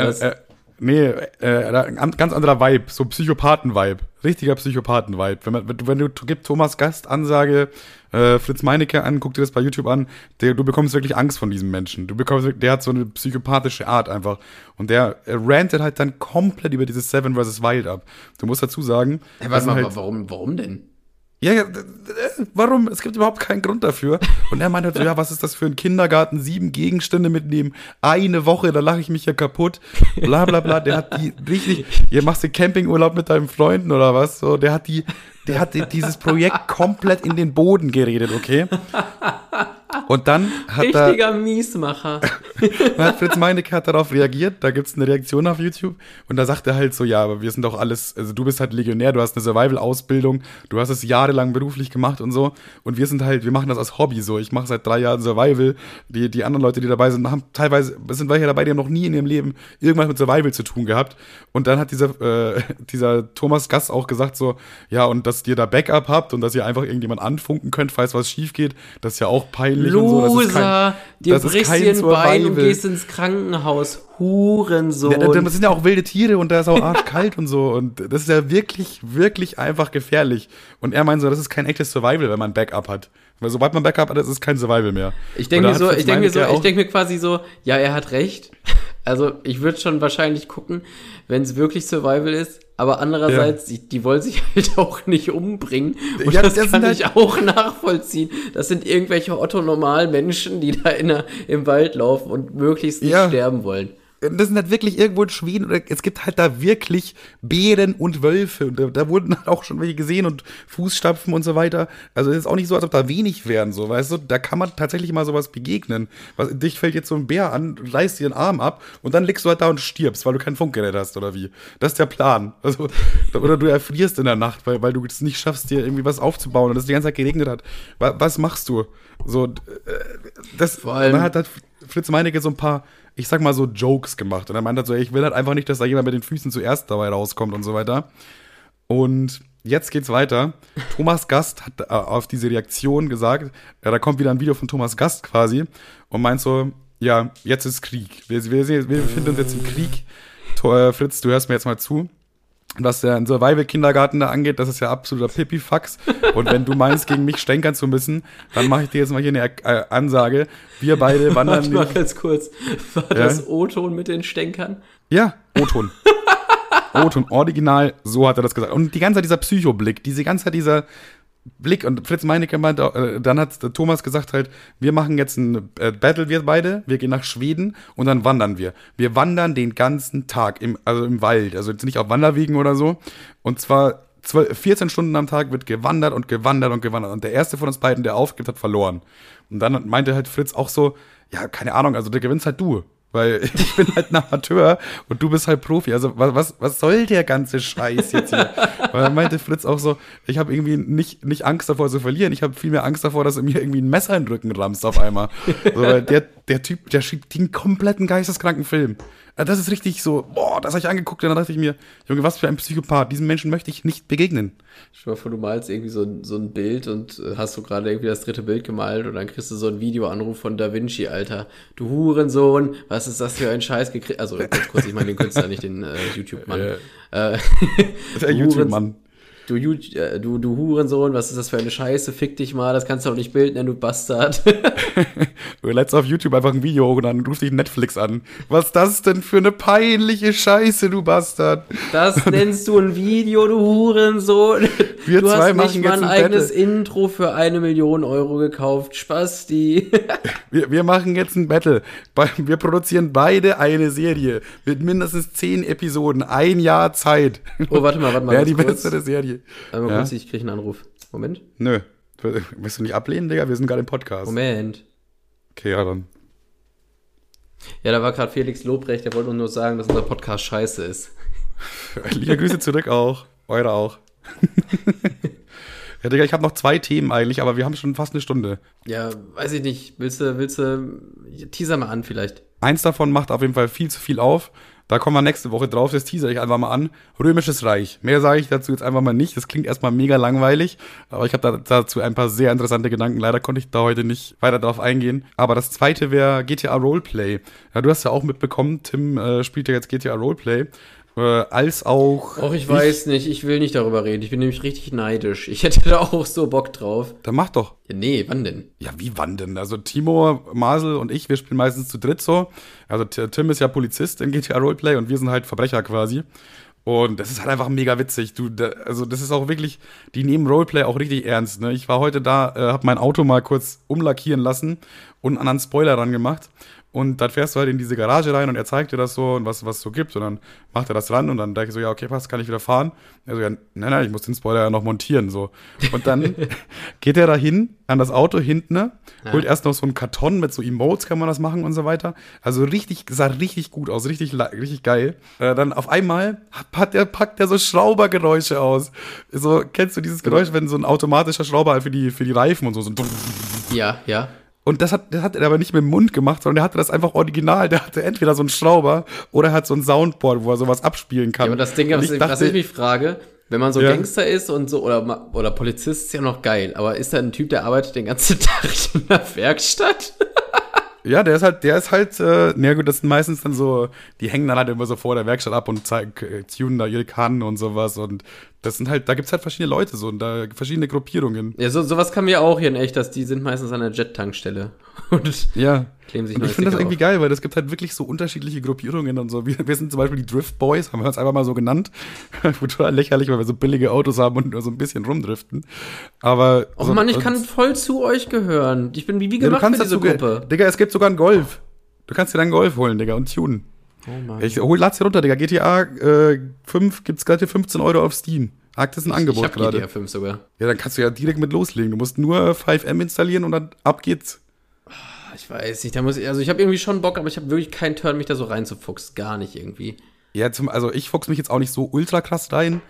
S1: ganz anderer Vibe, so Psychopathen-Vibe. Richtiger Psychopathen-Vibe. Wenn du gibst Thomas Gast Ansage, Fritz Meinecke an, guck dir das bei YouTube an, du bekommst wirklich Angst von diesem Menschen. Der hat so eine psychopathische Art einfach. Und der rantet halt dann komplett über dieses Seven vs. Wild ab. Du musst dazu sagen.
S2: Warte mal, warum denn?
S1: Ja, warum? Es gibt überhaupt keinen Grund dafür. Und er meint halt so, ja, was ist das für ein Kindergarten? 7 Gegenstände mitnehmen, eine Woche, da lache ich mich ja kaputt. Bla bla bla. Der hat die richtig, ihr machst den Campingurlaub mit deinen Freunden oder was? So, der hat dieses Projekt komplett in den Boden geredet, okay? Und dann hat
S2: richtiger Miesmacher.
S1: Fritz Meinecke hat darauf reagiert, da gibt's eine Reaktion auf YouTube und da sagt er halt so, ja, aber wir sind doch alles, also du bist halt Legionär, du hast eine Survival-Ausbildung, du hast es jahrelang beruflich gemacht und so und wir machen das als Hobby so, ich mache seit 3 Jahren Survival, die anderen Leute, die dabei sind, sind welche dabei, die haben noch nie in ihrem Leben irgendwas mit Survival zu tun gehabt und dann hat dieser Thomas Gast auch gesagt so, ja und dass ihr da Backup habt und dass ihr einfach irgendjemand anfunken könnt, falls was schief geht, das ist ja auch peinlich.
S2: Loser, dir brichst dir ein Bein und gehst ins Krankenhaus. Hurensohn.
S1: Ja, das sind ja auch wilde Tiere und da ist auch arschkalt und so. Und das ist ja wirklich, wirklich einfach gefährlich. Und er meint so, das ist kein echtes Survival, wenn man Backup hat. Weil sobald man Backup hat, das ist kein Survival mehr.
S2: Ich denke mir quasi so, ja, er hat recht. Also ich würde schon wahrscheinlich gucken, wenn es wirklich Survival ist, aber andererseits, die wollen sich halt auch nicht umbringen und ja, das kann ich auch nachvollziehen. Das sind irgendwelche Otto-Normal-Menschen, die da im Wald laufen und möglichst nicht sterben wollen.
S1: Das sind halt wirklich irgendwo in Schweden, oder es gibt halt da wirklich Bären und Wölfe und da wurden halt auch schon welche gesehen und Fußstapfen und so weiter. Also es ist auch nicht so, als ob da wenig wären, so, weißt du, da kann man tatsächlich mal sowas begegnen. Dich fällt jetzt so ein Bär an, reißt dir den Arm ab und dann liegst du halt da und stirbst, weil du kein Funkgerät hast oder wie. Das ist der Plan. Also, oder du erfrierst in der Nacht, weil du es nicht schaffst, dir irgendwie was aufzubauen und es die ganze Zeit geregnet hat. Was machst du? So,
S2: vor allem,
S1: man hat halt Fritz Meinecke so ein paar, ich sag mal so Jokes gemacht. Und er meint halt so, ich will halt einfach nicht, dass da jemand mit den Füßen zuerst dabei rauskommt und so weiter. Und jetzt geht's weiter. Thomas Gast hat auf diese Reaktion gesagt, da kommt wieder ein Video von Thomas Gast quasi und meint so, ja, jetzt ist Krieg. Wir befinden uns jetzt im Krieg. Fritz, du hörst mir jetzt mal zu. Was der Survival-Kindergarten da angeht, das ist ja absoluter Pipifax. Und wenn du meinst, gegen mich stänkern zu müssen, dann mache ich dir jetzt mal hier eine Ansage. Wir beide wandern...
S2: Warte mal ganz kurz. War das O-Ton mit den Stänkern?
S1: Ja, O-Ton. O-Ton, original, so hat er das gesagt. Und die ganze Zeit dieser Psychoblick, dieser Blick, und Fritz Meinecke meint, dann hat Thomas gesagt halt, wir machen jetzt ein Battle, wir beide, wir gehen nach Schweden und dann wandern wir. Wir wandern den ganzen Tag im Wald, also jetzt nicht auf Wanderwegen oder so, und zwar 14 Stunden am Tag wird gewandert und gewandert und gewandert und der erste von uns beiden, der aufgibt, hat verloren. Und dann meinte halt Fritz auch so, ja, keine Ahnung, also der gewinnst halt du. Weil ich bin halt ein Amateur und du bist halt Profi. Also was soll der ganze Scheiß jetzt hier? Weil dann meinte Fritz auch so, ich habe irgendwie nicht Angst davor zu verlieren, ich habe viel mehr Angst davor, dass er mir irgendwie ein Messer in den Rücken rammst auf einmal. So, weil der Typ, der schiebt den kompletten geisteskranken Film. Das ist richtig so, boah, das habe ich angeguckt und dann dachte ich mir, Junge, was für ein Psychopath, diesem Menschen möchte ich nicht begegnen.
S2: Stell dir mal vor, du malst irgendwie so ein Bild und hast du gerade irgendwie das 3. Bild gemalt und dann kriegst du so einen Videoanruf von Da Vinci, Alter. Du Hurensohn, was ist das für ein Scheiß gekriegt? Also ganz kurz, ich meine den Künstler, nicht den YouTube-Mann.
S1: Der YouTube-Mann.
S2: Du Hurensohn, was ist das für eine Scheiße? Fick dich mal, das kannst du doch nicht Bild nennen, du Bastard.
S1: Du lädst auf YouTube einfach ein Video hoch und dann ruft dich Netflix an. Was ist das denn für eine peinliche Scheiße, du Bastard?
S2: Das nennst du ein Video, du Hurensohn.
S1: Wir
S2: du
S1: zwei
S2: hast
S1: machen
S2: nicht mal
S1: jetzt
S2: ein
S1: ein
S2: eigenes
S1: Battle.
S2: Intro für 1 Million Euro gekauft. Spasti.
S1: Wir machen jetzt ein Battle. Wir produzieren beide eine Serie mit mindestens 10 Episoden, 1 Jahr Zeit.
S2: Oh, warte mal.
S1: Wer die
S2: ganz kurz.
S1: bessere Serie?
S2: Einmal
S1: Ja?
S2: kurz, ich kriege einen Anruf. Moment.
S1: Nö. Willst du nicht ablehnen, Digga? Wir sind gerade im Podcast.
S2: Moment.
S1: Okay, ja dann.
S2: Ja, da war gerade Felix Lobrecht, der wollte nur sagen, dass unser Podcast scheiße ist.
S1: Liebe Grüße zurück auch. Eure auch. Ja, Digga, ich habe noch 2 Themen eigentlich, aber wir haben schon fast eine Stunde.
S2: Ja, weiß ich nicht. Willst du teaser mal an vielleicht?
S1: Eins davon macht auf jeden Fall viel zu viel auf. Da kommen wir nächste Woche drauf, das teaser ich einfach mal an. Römisches Reich. Mehr sage ich dazu jetzt einfach mal nicht. Das klingt erstmal mega langweilig, aber ich habe dazu ein paar sehr interessante Gedanken. Leider konnte ich da heute nicht weiter drauf eingehen. Aber das zweite wäre GTA Roleplay. Ja, du hast ja auch mitbekommen, Tim spielt ja jetzt GTA Roleplay. Als auch.
S2: Och, ich weiß nicht, ich will nicht darüber reden. Ich bin nämlich richtig neidisch. Ich hätte da auch so Bock drauf.
S1: Dann mach doch.
S2: Ja, nee, wann denn?
S1: Ja, wie wann denn? Also Timo, Marcel und ich, wir spielen meistens zu dritt so. Also Tim ist ja Polizist in GTA Roleplay und wir sind halt Verbrecher quasi. Und das ist halt einfach mega witzig. Also das ist auch wirklich, die nehmen Roleplay auch richtig ernst. Ne? Ich war heute da, hab mein Auto mal kurz umlackieren lassen und einen anderen Spoiler ran gemacht. Und dann fährst du halt in diese Garage rein und er zeigt dir das so und was es so gibt. Und dann macht er das ran und dann denke ich so, ja, okay, passt, kann ich wieder fahren? Er so, ja, nein, ich muss den Spoiler ja noch montieren, so. Und dann geht er da hin, an das Auto hinten, ne? Holt erst noch so einen Karton mit so Emotes, kann man das machen und so weiter. Also sah richtig gut aus, richtig geil. Dann auf einmal packt er so Schraubergeräusche aus. So, kennst du dieses Geräusch, wenn so ein automatischer Schrauber für die Reifen und so ein
S2: Ja.
S1: Und das hat er aber nicht mit dem Mund gemacht, sondern der hatte das einfach original. Der hatte entweder so einen Schrauber oder er hat so ein Soundboard, wo er sowas abspielen kann.
S2: Ja, aber das Ding, was ich mich frage, wenn man so Gangster ist und so oder Polizist, ist ja noch geil. Aber ist da ein Typ, der arbeitet den ganzen Tag in der Werkstatt?
S1: Ja, der ist halt, na gut, das sind meistens dann so, die hängen dann halt immer so vor der Werkstatt ab und tunen da ihre Kannen und sowas und das sind halt, da gibt's halt verschiedene Leute so und da verschiedene Gruppierungen.
S2: Ja, sowas kann wir auch hier in echt, dass die sind meistens an der Jet-Tankstelle und
S1: ja.
S2: kleben sich
S1: Und ich finde das irgendwie geil, weil es gibt halt wirklich so unterschiedliche Gruppierungen und so. Wir sind zum Beispiel die Drift Boys, haben wir uns einfach mal so genannt. Total lächerlich, weil wir so billige Autos haben und nur so ein bisschen rumdriften. Aber.
S2: Oh Mann, ich kann voll zu euch gehören. Ich bin wie gemacht für diese Gruppe.
S1: Digga, es gibt sogar einen Golf. Du kannst dir dann einen Golf holen, Digga, und tunen.
S2: Oh Mann.
S1: Lad's dir runter, Digga. GTA 5 gibt's gerade 15 € auf Steam. Das ist ein Angebot gerade.
S2: Ich hab GTA 5 sogar.
S1: Ja, dann kannst du ja direkt mit loslegen. Du musst nur 5M installieren und dann ab geht's.
S2: Ich weiß nicht, ich habe irgendwie schon Bock, aber ich habe wirklich keinen Turn, mich da so reinzufuchsen. Gar nicht irgendwie.
S1: Ja, also ich fuchs mich jetzt auch nicht so ultra krass rein.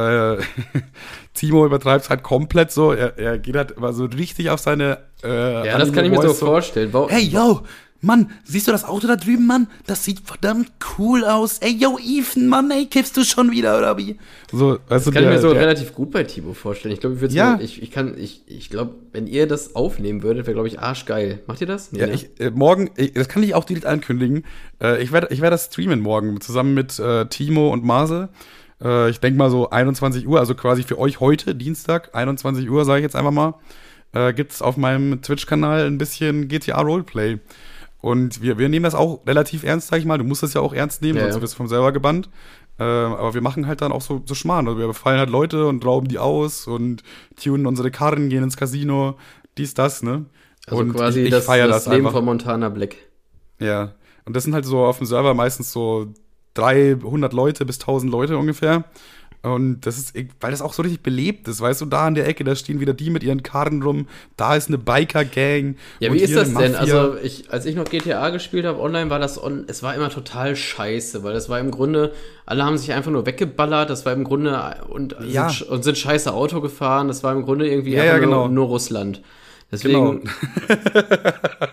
S1: Timo übertreibt es halt komplett so. Er geht halt immer so richtig auf seine
S2: ja, das kann ich mir so vorstellen.
S1: Hey, yo, Mann, siehst du das Auto da drüben, Mann? Das sieht verdammt cool aus. Ey, yo, Ethan, Mann, ey, kiffst du schon wieder, oder wie? So,
S2: das kann ich mir so relativ gut bei Timo vorstellen. Ich glaube, ich glaube, wenn ihr das aufnehmen würdet, wäre, glaube ich, arschgeil. Macht ihr das? Nee,
S1: ja,
S2: ne?
S1: Morgen, das kann ich auch direkt ankündigen. Ich werd das streamen morgen, zusammen mit Timo und Marcel. Ich denke mal so 21 Uhr, also quasi für euch heute, Dienstag, 21 Uhr, sage ich jetzt einfach mal, gibt's auf meinem Twitch-Kanal ein bisschen GTA Roleplay. Und wir nehmen das auch relativ ernst, sag ich mal. Du musst das ja auch ernst nehmen, sonst wirst du vom selber gebannt. Aber wir machen halt dann auch so Schmarrn. Also wir befallen halt Leute und rauben die aus und tunen unsere Karren, gehen ins Casino, dies, das, ne?
S2: Also
S1: und
S2: quasi
S1: ich
S2: das
S1: feier
S2: Leben
S1: einfach.
S2: von Montana Black.
S1: Ja, und das sind halt so auf dem Server meistens so 300 Leute bis 1000 Leute ungefähr. Und das ist, weil das auch so richtig belebt ist, weißt du, da an der Ecke, da stehen wieder die mit ihren Karren rum, da ist eine Biker-Gang.
S2: Ja, wie ist das denn? Also, als ich noch GTA gespielt habe online, war es war immer total scheiße, weil das war im Grunde, alle haben sich einfach nur weggeballert, das war im Grunde, und sind scheiße Auto gefahren, das war im Grunde irgendwie nur Russland. Deswegen.
S1: Genau.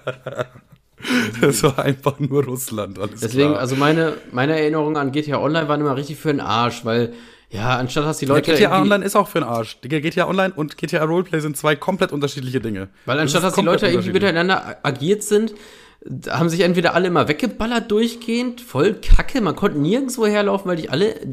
S1: Das war einfach nur Russland, alles
S2: deswegen,
S1: klar.
S2: Also meine Erinnerungen an GTA Online waren immer richtig für den Arsch, weil, ja, anstatt dass die Leute.
S1: Ja, GTA Online ist auch für den Arsch. GTA Online und GTA Roleplay sind zwei komplett unterschiedliche Dinge.
S2: Weil anstatt dass die Leute irgendwie miteinander agiert sind, haben sich entweder alle immer weggeballert durchgehend, voll Kacke, man konnte nirgendwo herlaufen, weil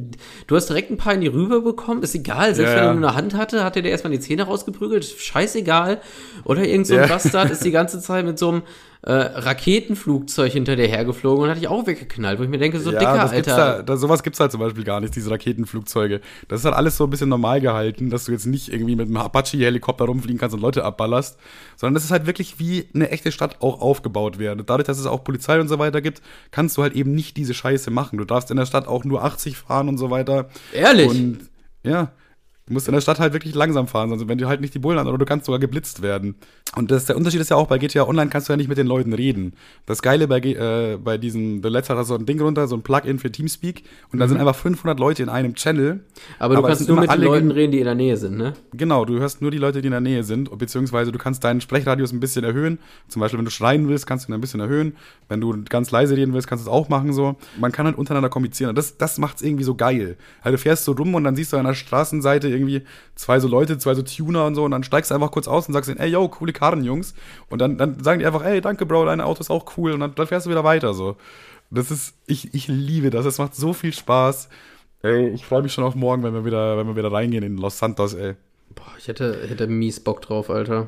S2: du hast direkt ein paar in die Rübe bekommen, ist egal, selbst wenn er nur eine Hand hatte, hat er dir erstmal die Zähne rausgeprügelt, scheißegal. Oder irgend so ein Bastard ist die ganze Zeit mit so einem Raketenflugzeug hinter dir hergeflogen und hat dich auch weggeknallt, wo ich mir denke, so dicker, Alter.
S1: Sowas gibt's halt zum Beispiel gar nicht, diese Raketenflugzeuge. Das ist halt alles so ein bisschen normal gehalten, dass du jetzt nicht irgendwie mit einem Apache-Helikopter rumfliegen kannst und Leute abballerst, sondern das ist halt wirklich wie eine echte Stadt auch aufgebaut werden. Dadurch, dass es auch Polizei und so weiter gibt, kannst du halt eben nicht diese Scheiße machen. Du darfst in der Stadt auch nur 80 fahren und so weiter.
S2: Ehrlich?
S1: Und ja, du musst in der Stadt halt wirklich langsam fahren, sonst wenn du halt nicht die Bullen an oder du kannst sogar geblitzt werden. Und der Unterschied ist ja auch, bei GTA Online kannst du ja nicht mit den Leuten reden. Das Geile bei diesem, der letzte hat so ein Ding runter, so ein Plugin für Teamspeak und da sind einfach 500 Leute in einem Channel.
S2: Aber du kannst nur mit den Leuten reden, die in der Nähe sind, ne?
S1: Genau, du hörst nur die Leute, die in der Nähe sind, beziehungsweise du kannst deinen Sprechradius ein bisschen erhöhen. Zum Beispiel, wenn du schreien willst, kannst du ihn ein bisschen erhöhen. Wenn du ganz leise reden willst, kannst du es auch machen so. Man kann halt untereinander kommunizieren und das macht's irgendwie so geil. Also du fährst so rum und dann siehst du an der Straßenseite irgendwie zwei so Leute, zwei so Tuner und so und dann steigst du einfach kurz aus und sagst denen, ey, yo, coole Karren, Jungs. Und dann sagen die einfach, ey, danke, Bro, dein Auto ist auch cool. Und dann fährst du wieder weiter, so. Das ist, ich liebe das. Es macht so viel Spaß. Ey, ich freue mich schon auf morgen, wenn wir wieder reingehen in Los Santos, ey.
S2: Boah, ich hätte mies Bock drauf, Alter.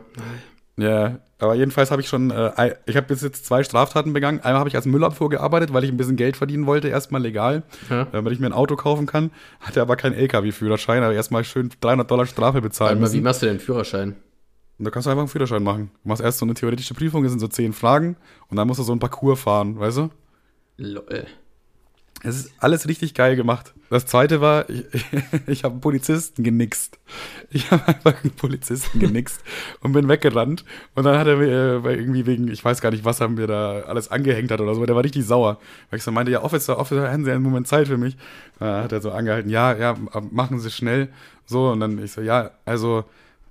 S1: Ja, aber jedenfalls habe ich schon, ich habe bis jetzt 2 Straftaten begangen. Einmal habe ich als Müllabfuhr gearbeitet, weil ich ein bisschen Geld verdienen wollte, erstmal legal, damit ich mir ein Auto kaufen kann. Hatte aber keinen LKW-Führerschein, aber erstmal schön $300 Strafe bezahlen müssen.
S2: Wie machst du denn einen Führerschein?
S1: Und da kannst du einfach einen Führerschein machen. Du machst erst so eine theoretische Prüfung, das sind so 10 Fragen und dann musst du so einen Parcours fahren, weißt du?
S2: Lol.
S1: Es ist alles richtig geil gemacht. Das zweite war, ich habe einen Polizisten genixt. Ich habe einfach einen Polizisten genixt und bin weggerannt. Und dann hat er mir irgendwie wegen, ich weiß gar nicht, was er mir da alles angehängt hat oder so, der war richtig sauer. Weil ich so meinte, ja, Officer, haben Sie einen Moment Zeit für mich? Hat er so angehalten, ja, machen Sie schnell. So, und dann ich so, ja, also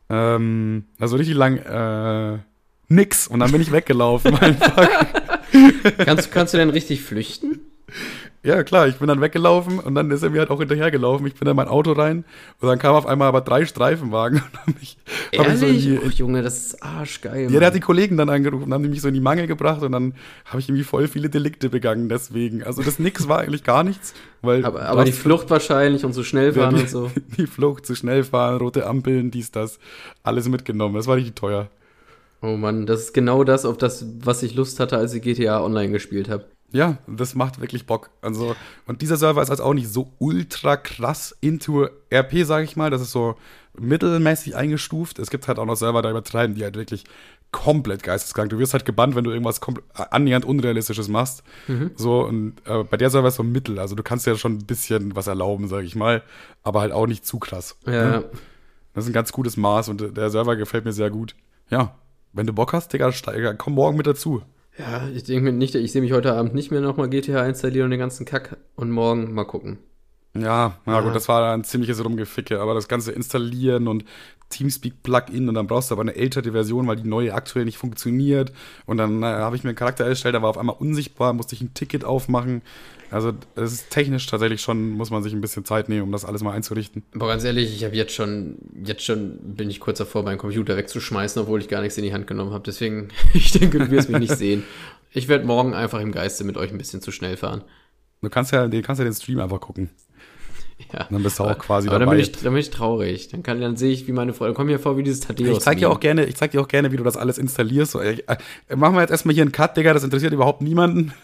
S1: richtig lang, nix. Und dann bin ich weggelaufen einfach.
S2: Kannst du denn richtig flüchten?
S1: Ja, klar, ich bin dann weggelaufen und dann ist er mir halt auch hinterhergelaufen. Ich bin in mein Auto rein und dann kamen auf einmal aber 3 Streifenwagen. Und hab ich
S2: Ehrlich? So Junge, das ist arschgeil.
S1: Ja, der hat die Kollegen dann angerufen, haben die mich so in die Mangel gebracht und dann habe ich irgendwie voll viele Delikte begangen deswegen. Also das Nix war eigentlich gar nichts. Weil
S2: aber die Flucht wahrscheinlich und so schnell fahren und so.
S1: Die Flucht, zu schnell fahren, rote Ampeln, dies, das, alles mitgenommen. Das war richtig teuer.
S2: Oh Mann, das ist genau das, auf das, was ich Lust hatte, als ich GTA Online gespielt habe.
S1: Ja, das macht wirklich Bock. Also, und dieser Server ist also auch nicht so ultra krass into RP, sage ich mal. Das ist so mittelmäßig eingestuft. Es gibt halt auch noch Server, da übertreiben die halt wirklich komplett geisteskrank. Du wirst halt gebannt, wenn du irgendwas annähernd Unrealistisches machst. So, und bei der Server ist so mittel. Also du kannst ja schon ein bisschen was erlauben, sage ich mal. Aber halt auch nicht zu krass.
S2: Ja.
S1: Das ist ein ganz gutes Maß und der Server gefällt mir sehr gut. Ja, wenn du Bock hast, Digga, komm morgen mit dazu.
S2: Ja, ich denke mir nicht, ich sehe mich heute Abend nicht mehr nochmal GTA installieren und den ganzen Kack und morgen mal gucken.
S1: Ja, gut, das war ein ziemliches Rumgeficke, aber das ganze Installieren und Teamspeak-Plugin und dann brauchst du aber eine ältere Version, weil die neue aktuell nicht funktioniert und dann habe ich mir einen Charakter erstellt, der war auf einmal unsichtbar, musste ich ein Ticket aufmachen. Also es ist technisch tatsächlich schon, muss man sich ein bisschen Zeit nehmen, um das alles mal einzurichten.
S2: Aber ganz ehrlich, ich habe jetzt schon bin ich kurz davor, meinen Computer wegzuschmeißen, obwohl ich gar nichts in die Hand genommen habe. Deswegen, ich denke, du wirst mich nicht sehen. Ich werde morgen einfach im Geiste mit euch ein bisschen zu schnell fahren.
S1: Du kannst ja den Stream einfach gucken.
S2: Ja.
S1: Und dann bist du auch quasi
S2: aber
S1: dabei.
S2: Dann bin ich traurig. Dann sehe ich, wie meine Freunde, komm mir vor wie dieses Tadeus.
S1: Ich zeig dir auch gerne, wie du das alles installierst. So, machen wir jetzt erstmal hier einen Cut, Digga, das interessiert überhaupt niemanden.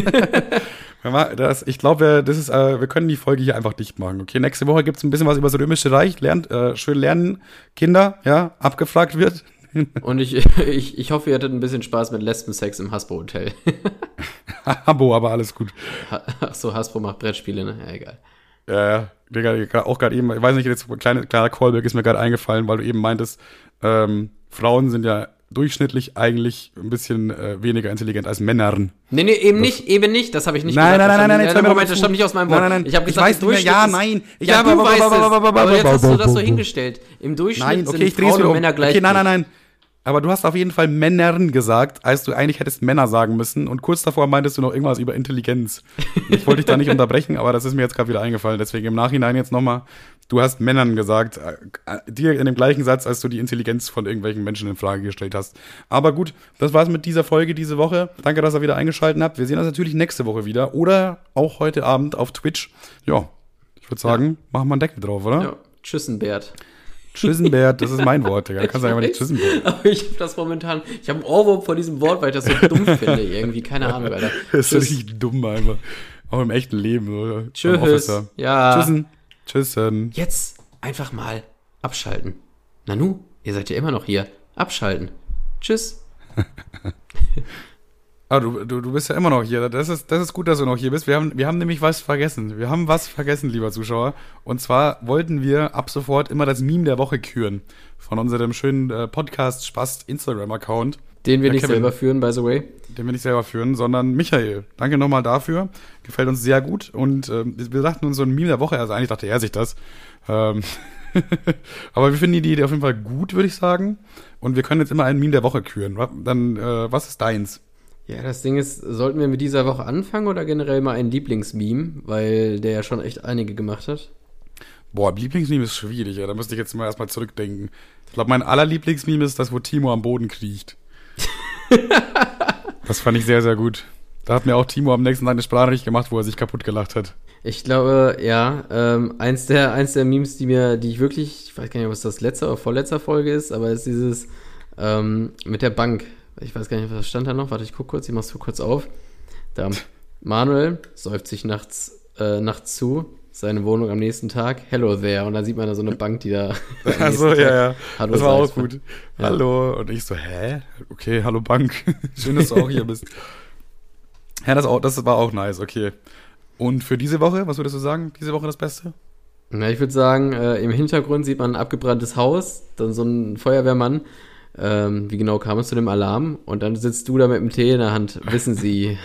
S1: Ich glaube, wir können die Folge hier einfach dicht machen. Okay, nächste Woche gibt es ein bisschen was über das Römische Reich. Schön lernen, Kinder, ja, abgefragt wird.
S2: Und ich hoffe, ihr hattet ein bisschen Spaß mit Lesbensex im Hasbro-Hotel.
S1: Abo, aber alles gut.
S2: Ach so, Hasbro macht Brettspiele, ne? Ja, egal.
S1: Digga, auch gerade eben, ich weiß nicht, jetzt kleiner Callback ist mir gerade eingefallen, weil du eben meintest, Frauen sind ja durchschnittlich eigentlich ein bisschen weniger intelligent als Männern.
S2: Nee, eben nicht, das habe ich nicht
S1: gesagt.
S2: Nein, Moment, das stammt nicht aus meinem Wort.
S1: Nein.
S2: Ich habe gesagt,
S1: du weißt nein.
S2: Ja, du weißt es, aber jetzt hast du das so hingestellt. Im Durchschnitt sind Frauen und Männer gleich.
S1: Okay, nein. Aber du hast auf jeden Fall Männern gesagt, als du eigentlich hättest Männer sagen müssen. Und kurz davor meintest du noch irgendwas über Intelligenz. Ich wollte dich da nicht unterbrechen, aber das ist mir jetzt gerade wieder eingefallen. Deswegen im Nachhinein jetzt nochmal, du hast Männern gesagt, dir in dem gleichen Satz, als du die Intelligenz von irgendwelchen Menschen in Frage gestellt hast. Aber gut, das war's mit dieser Folge diese Woche. Danke, dass ihr wieder eingeschaltet habt. Wir sehen uns natürlich nächste Woche wieder oder auch heute Abend auf Twitch. Ja, ich würde sagen, machen wir einen Deckel drauf, oder? Ja,
S2: Tschüssenbert.
S1: Tschüssenbert, das ist mein Wort, Digga. Kannst du einfach nicht Tschüssenbert.
S2: Aber ich habe das momentan, ich habe einen Ohrwurm vor diesem Wort, weil ich das so dumm finde. Irgendwie, keine Ahnung, Alter.
S1: Das ist richtig dumm einfach. Auch im echten Leben. So.
S2: Tschüss. Ja.
S1: Tschüssen.
S2: Jetzt einfach mal abschalten. Nanu, ihr seid ja immer noch hier. Abschalten. Tschüss.
S1: Ah, du bist ja immer noch hier. Das ist gut, dass du noch hier bist. Wir haben nämlich was vergessen. Wir haben was vergessen, lieber Zuschauer. Und zwar wollten wir ab sofort immer das Meme der Woche küren. Von unserem schönen Podcast-Spast-Instagram-Account.
S2: Den wir nicht selber führen, by the way.
S1: Den wir nicht selber führen, sondern Michael. Danke nochmal dafür. Gefällt uns sehr gut. Und wir dachten uns so ein Meme der Woche. Also eigentlich dachte er sich das. Aber wir finden die Idee auf jeden Fall gut, würde ich sagen. Und wir können jetzt immer ein Meme der Woche küren. Dann, was ist deins?
S2: Ja, das Ding ist, sollten wir mit dieser Woche anfangen oder generell mal ein Lieblingsmeme, weil der ja schon echt einige gemacht hat?
S1: Boah, Lieblingsmeme ist schwierig, ja. Da müsste ich jetzt mal erstmal zurückdenken. Ich glaube, mein allerlieblingsmeme ist das, wo Timo am Boden kriecht. Das fand ich sehr, sehr gut. Da hat mir auch Timo am nächsten Tag eine Sprachnachricht gemacht, wo er sich kaputt gelacht hat.
S2: Ich glaube, ja, eins der Memes, die ich wirklich, ich weiß gar nicht, ob es das letzte oder vorletzte Folge ist, aber es ist dieses mit der Bank. Ich weiß gar nicht, was stand da noch. Warte, ich guck kurz, ich mach's kurz auf. Da, Manuel säuft sich nachts zu, seine Wohnung am nächsten Tag. Hello there. Und dann sieht man da so eine Bank, die da.
S1: Achso, ja.
S2: Hallo,
S1: das war auch gut. Ja. Hallo. Und ich so, hä? Okay, hallo Bank. Schön, dass du auch hier bist. Ja, das war auch nice, okay. Und für diese Woche, was würdest du sagen? Diese Woche das Beste?
S2: Na, ich würde sagen, im Hintergrund sieht man ein abgebranntes Haus, dann so ein Feuerwehrmann. Wie genau kam es zu dem Alarm? Und dann sitzt du da mit dem Tee in der Hand. Wissen Sie.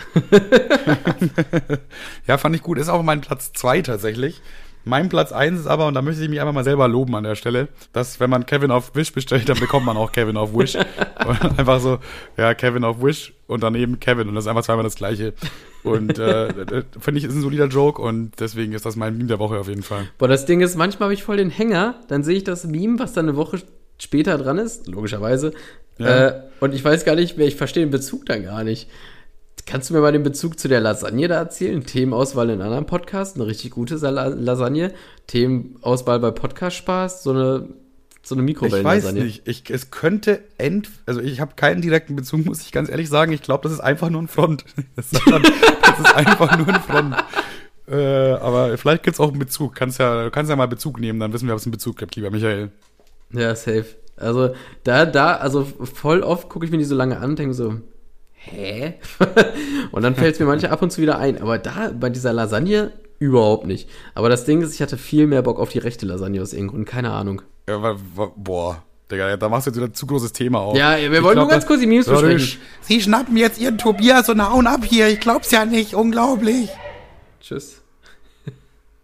S1: Ja, fand ich gut. Ist auch mein Platz 2 tatsächlich. Mein Platz 1 ist aber, und da möchte ich mich einfach mal selber loben an der Stelle, dass wenn man Kevin auf Wish bestellt, dann bekommt man auch Kevin auf Wish. Einfach so, ja, Kevin auf Wish und dann eben Kevin. Und das ist einfach zweimal das Gleiche. Und finde ich, ist ein solider Joke und deswegen ist das mein Meme der Woche auf jeden Fall.
S2: Boah, das Ding ist, manchmal habe ich voll den Hänger, dann sehe ich das Meme, was dann eine Woche später dran ist, logischerweise. Ja. Und ich weiß gar nicht mehr, ich verstehe den Bezug dann gar nicht. Kannst du mir mal den Bezug zu der Lasagne da erzählen? Themenauswahl in anderen Podcasts, eine richtig gute Lasagne. Themenauswahl bei Podcast Spaß, so eine Mikrowellenlasagne.
S1: Ich weiß nicht, es könnte also ich habe keinen direkten Bezug, muss ich ganz ehrlich sagen. Ich glaube, das ist einfach nur ein Front. Das ist einfach nur ein Front. Aber vielleicht gibt's auch einen Bezug. Du kannst ja mal Bezug nehmen, dann wissen wir, ob es einen Bezug gibt, lieber Michael.
S2: Ja, safe. Also, also voll oft gucke ich mir die so lange an und denke so, hä? Und dann fällt es mir manchmal ab und zu wieder ein. Aber da, bei dieser Lasagne, überhaupt nicht. Aber das Ding ist, ich hatte viel mehr Bock auf die rechte Lasagne aus irgendeinem Grund. Keine Ahnung.
S1: Ja, boah, Digga, da machst du jetzt wieder ein zu großes Thema auf.
S2: Ja, wir wollen nur ganz kurz die Memes besprechen.
S1: Sie schnappen jetzt ihren Tobias und hauen ab hier. Ich glaub's ja nicht. Unglaublich.
S2: Tschüss.